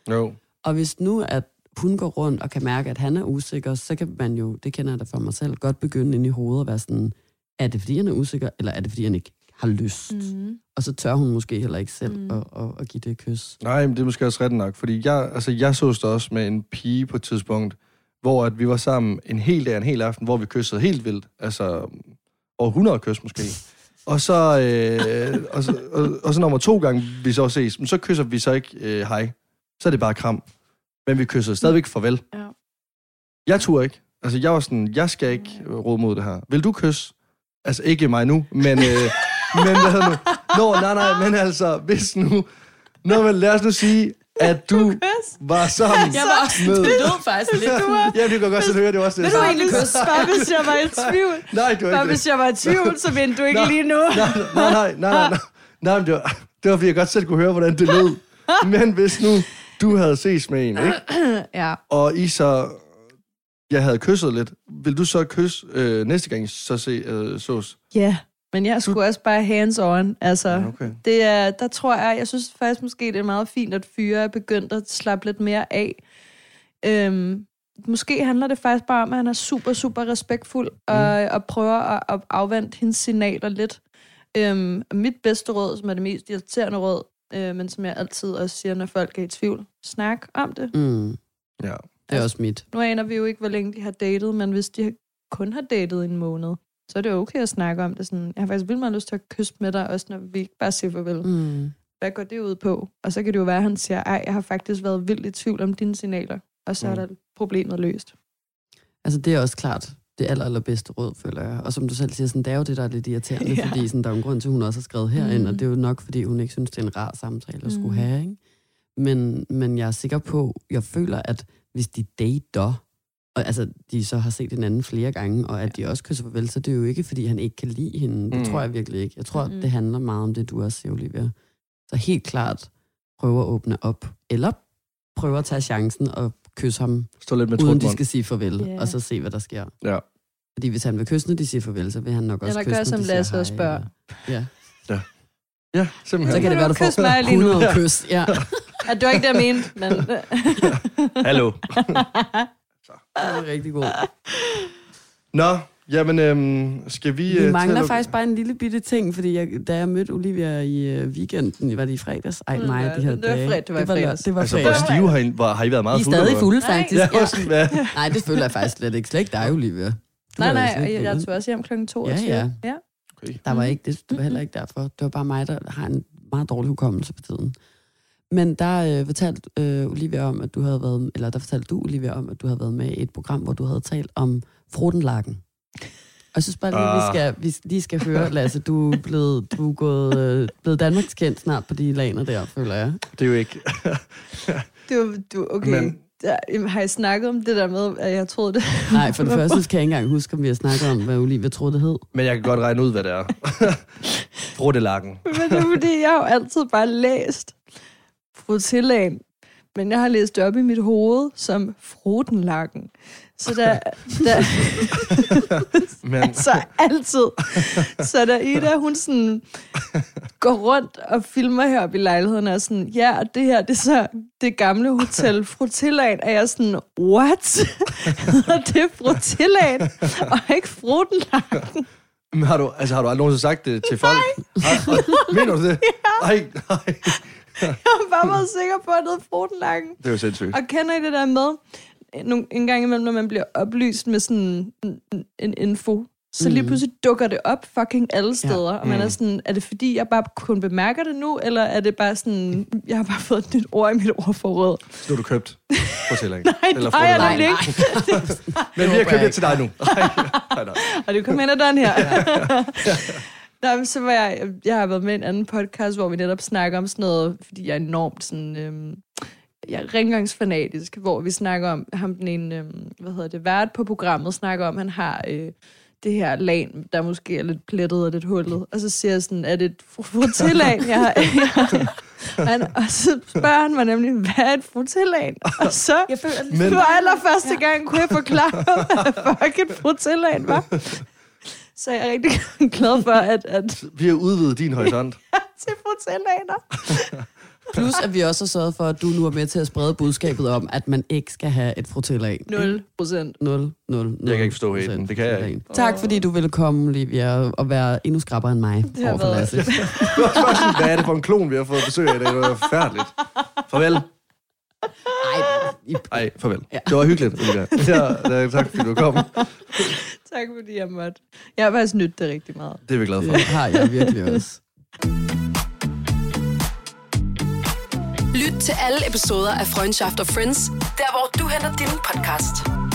Jo. Og hvis nu, at hun går rundt og kan mærke, at han er usikker, så kan man jo, det kender jeg da for mig selv, godt begynde ind i hovedet og være sådan, er det fordi, han er usikker, eller er det fordi, han ikke har lyst? Mm. Og så tør hun måske heller ikke selv mm. at, at, at give det et kys. Nej, men det er måske også ret nok, fordi jeg, altså, jeg så det også med en pige på et tidspunkt, hvor at vi var sammen en hel dag, en hel aften, hvor vi kyssede helt vildt. Altså over hundrede kys måske. Og så, øh, og, så og, og så nummer to gange, vi så ses, men så kysser vi så ikke øh, hej. Så er det bare kram. Men vi kyssede stadigvæk farvel. Ja. Jeg turde ikke. Altså jeg var sådan, jeg skal ikke råde mod det her. Vil du kysse? Altså ikke mig nu, men... Øh, men hvad hedder nu? Nå, nej, nej, men altså, hvis nu... Nå, men lad os nu sige, at du var sammen jeg var, med... Det lød faktisk lidt. Ja, det kan godt høre, det var også det. Vil du egentlig kysse? Bare hvis jeg var i tvivl. Nej, du Bare ikke hvis jeg var i tvivl, så vendte du ikke nej, lige nu. Nej, nej, nej, nej, nej. Nej, men det var, det var, fordi jeg godt selv kunne høre, hvordan det lød. Men hvis nu du havde ses med en, ikke? Ja. Og I så... Jeg havde kysset lidt. Vil du så kysse øh, næste gang, så se øh, sås? Ja, yeah. Men jeg skulle også bare hands on. Altså, ja, okay. det er, der tror jeg, jeg synes faktisk måske, det er meget fint, at fyre er begyndt at slappe lidt mere af. Øhm, måske handler det faktisk bare om, at han er super, super respektfuld, mm. og, og prøver at, at afvente hendes signaler lidt. Øhm, mit bedste råd, som er det mest irriterende råd, øh, men som jeg altid også siger, når folk er i tvivl, snak om det. Mm. Ja. Det er også mit. Nu aner vi jo ikke, hvor længe de har datet, men hvis de kun har datet en måned, så er det okay at snakke om det. Sådan, jeg har faktisk vildt meget lyst til at kysse med dig, også når vi ikke bare siger farvel. Mm. Hvad går det ud på? Og så kan det jo være, at han siger, ej, jeg har faktisk været vildt i tvivl om dine signaler. Og så mm. er der problemet løst. Altså, det er også klart det aller, allerbedste råd, føler jeg. Og som du selv siger, sådan, det er jo det, der er lidt irriterende, ja. Fordi sådan, der er en grund til, at hun også har skrevet herind, mm. og det er jo nok, fordi hun ikke synes, det er en rar samtale at skulle mm. have, ikke? Men, men jeg er sikker på, jeg føler, at hvis de dater, og altså, de så har set hinanden flere gange, og at de også kysser farvel, så det er jo ikke, fordi han ikke kan lide hende. Det mm. tror jeg virkelig ikke. Jeg tror, mm. det handler meget om det, du også siger, Olivia. Så helt klart prøve at åbne op, eller prøve at tage chancen og kysse ham, Stå lidt med uden de skal sige farvel, yeah. og så se, hvad der sker. Ja. Fordi hvis han vil kysse, når de siger farvel, så vil han nok også eller kysse, når de siger hej. Eller gør som Lasse og spørger. Ja. Ja. Ja, simpelthen. Så kan det være, du får hundrede kys. Ja. Ja, det var ikke det, jeg mente, men... Hallo. Så. Det er rigtig god. Nå, jamen, øhm, skal vi... Vi uh, mangler tælle... faktisk bare en lille bitte ting, fordi jeg, da jeg mødte Olivia i uh, weekenden, var det i fredags? Ej, mig, ja, de her det var dage. Fred, det var det var fredags. Det var altså, fredags. hvor stive har I, var, har I været meget fulde? I er stadig fulde, faktisk. Ja, ja. Ja. Nej, det føler jeg faktisk slet ikke. Slet ikke dig, Olivia. Du nej, nej, og jeg, jeg tog også hjem klokken toogtyve. Ja, ja. ja. Okay. Der var ikke det. Det var heller ikke derfor. Det var bare mig, der har en meget dårlig hukommelse på tiden. Men der øh, fortalte øh, Olivia om, at du havde været, eller der fortalte du, Olivia, om, at du havde været med i et program, hvor du havde talt om Frodenlaken. Og jeg synes bare lige, ah. vi, skal, vi lige skal høre, Lasse, du er blevet, du er gået, øh, blevet Danmarks kendt snart på de laner der, føler jeg. Det er jo ikke... du, du, okay. Men... Der, har I snakket om det der med, at jeg troede det? Nej, for det første kan jeg ikke engang huske, om vi har snakket om, hvad Olivia troede, det hed. Men jeg kan godt regne ud, hvad det er. Frodelakken. Men det er fordi, jeg har jo altid bare læst Frodellagen, men jeg har læst det op i mit hoved som Frodenlaken. Så der... der men... altså altid. Så der Ida, hun sådan går rundt og filmer heroppe i lejligheden og sådan, ja, og det her, det er så det gamle hotel Frodellagen. Og jeg er sådan, what? Hedder det Frodellagen? Og ikke Frodenlaken? Men har du, altså, har du aldrig nogensinde sagt det til folk? Nej. Har, mener du det? Nej, ja. nej. Jeg har bare været sikker på, at det er Frodenlaken. Det er jo sindssygt. Og kender I det der med, en gang imellem, når man bliver oplyst med sådan en, en info, så lige pludselig dukker det op fucking alle steder, ja. Og man er sådan, er det fordi, jeg bare kun bemærker det nu, eller er det bare sådan, jeg har bare fået et nyt ord i mit ordforråd? Så nu har du købt Frodellagen? Nej, eller nej, jeg nemlig ikke. Men vi har købt det til dig nu. Nej, nej, nej. Og du kommer ind ad den her. Nej, så var jeg, jeg har været med i en anden podcast, hvor vi netop snakker om sådan noget, fordi jeg er enormt sådan, øhm, jeg er rengøringsfanatisk, hvor vi snakker om, ham den ene, øhm, hvad hedder det, vært på programmet, snakker om, han har øh, det her lag, der måske er lidt plettet og lidt hullet, og så siger jeg sådan, er det et frutillagen, jeg har... Han, og så spørger han mig nemlig, hvad er et frutillagen? Og så, jeg føler, at men... for allerførste gang kunne jeg forklare, hvad fuck et frutillagen var. Så jeg er rigtig glad for, at... at vi har udvidet din horisont. til frutillaner. Plus, at vi også har sørget for, at du nu er med til at sprede budskabet om, at man ikke skal have et frutilla. nul procent. nul, nul, nul. Jeg kan ikke forstå haten. Det kan jeg ikke. Tak, fordi du ville komme, Livia, og være endnu skrappere end mig. Det har været... Hvad er det for en klon, vi har fået besøg af i dag? Det var forfærdeligt. Farvel. Ej, Ej, farvel. Ja. Det var hyggeligt, Olivia. Ja, tak fordi du kom. Tak fordi jeg måtte. Jeg har faktisk nydt det rigtig meget. Det er vi glade for. Det har jeg virkelig også. Lyt til alle episoder af Freundschaft og Friends, der hvor du henter din podcast.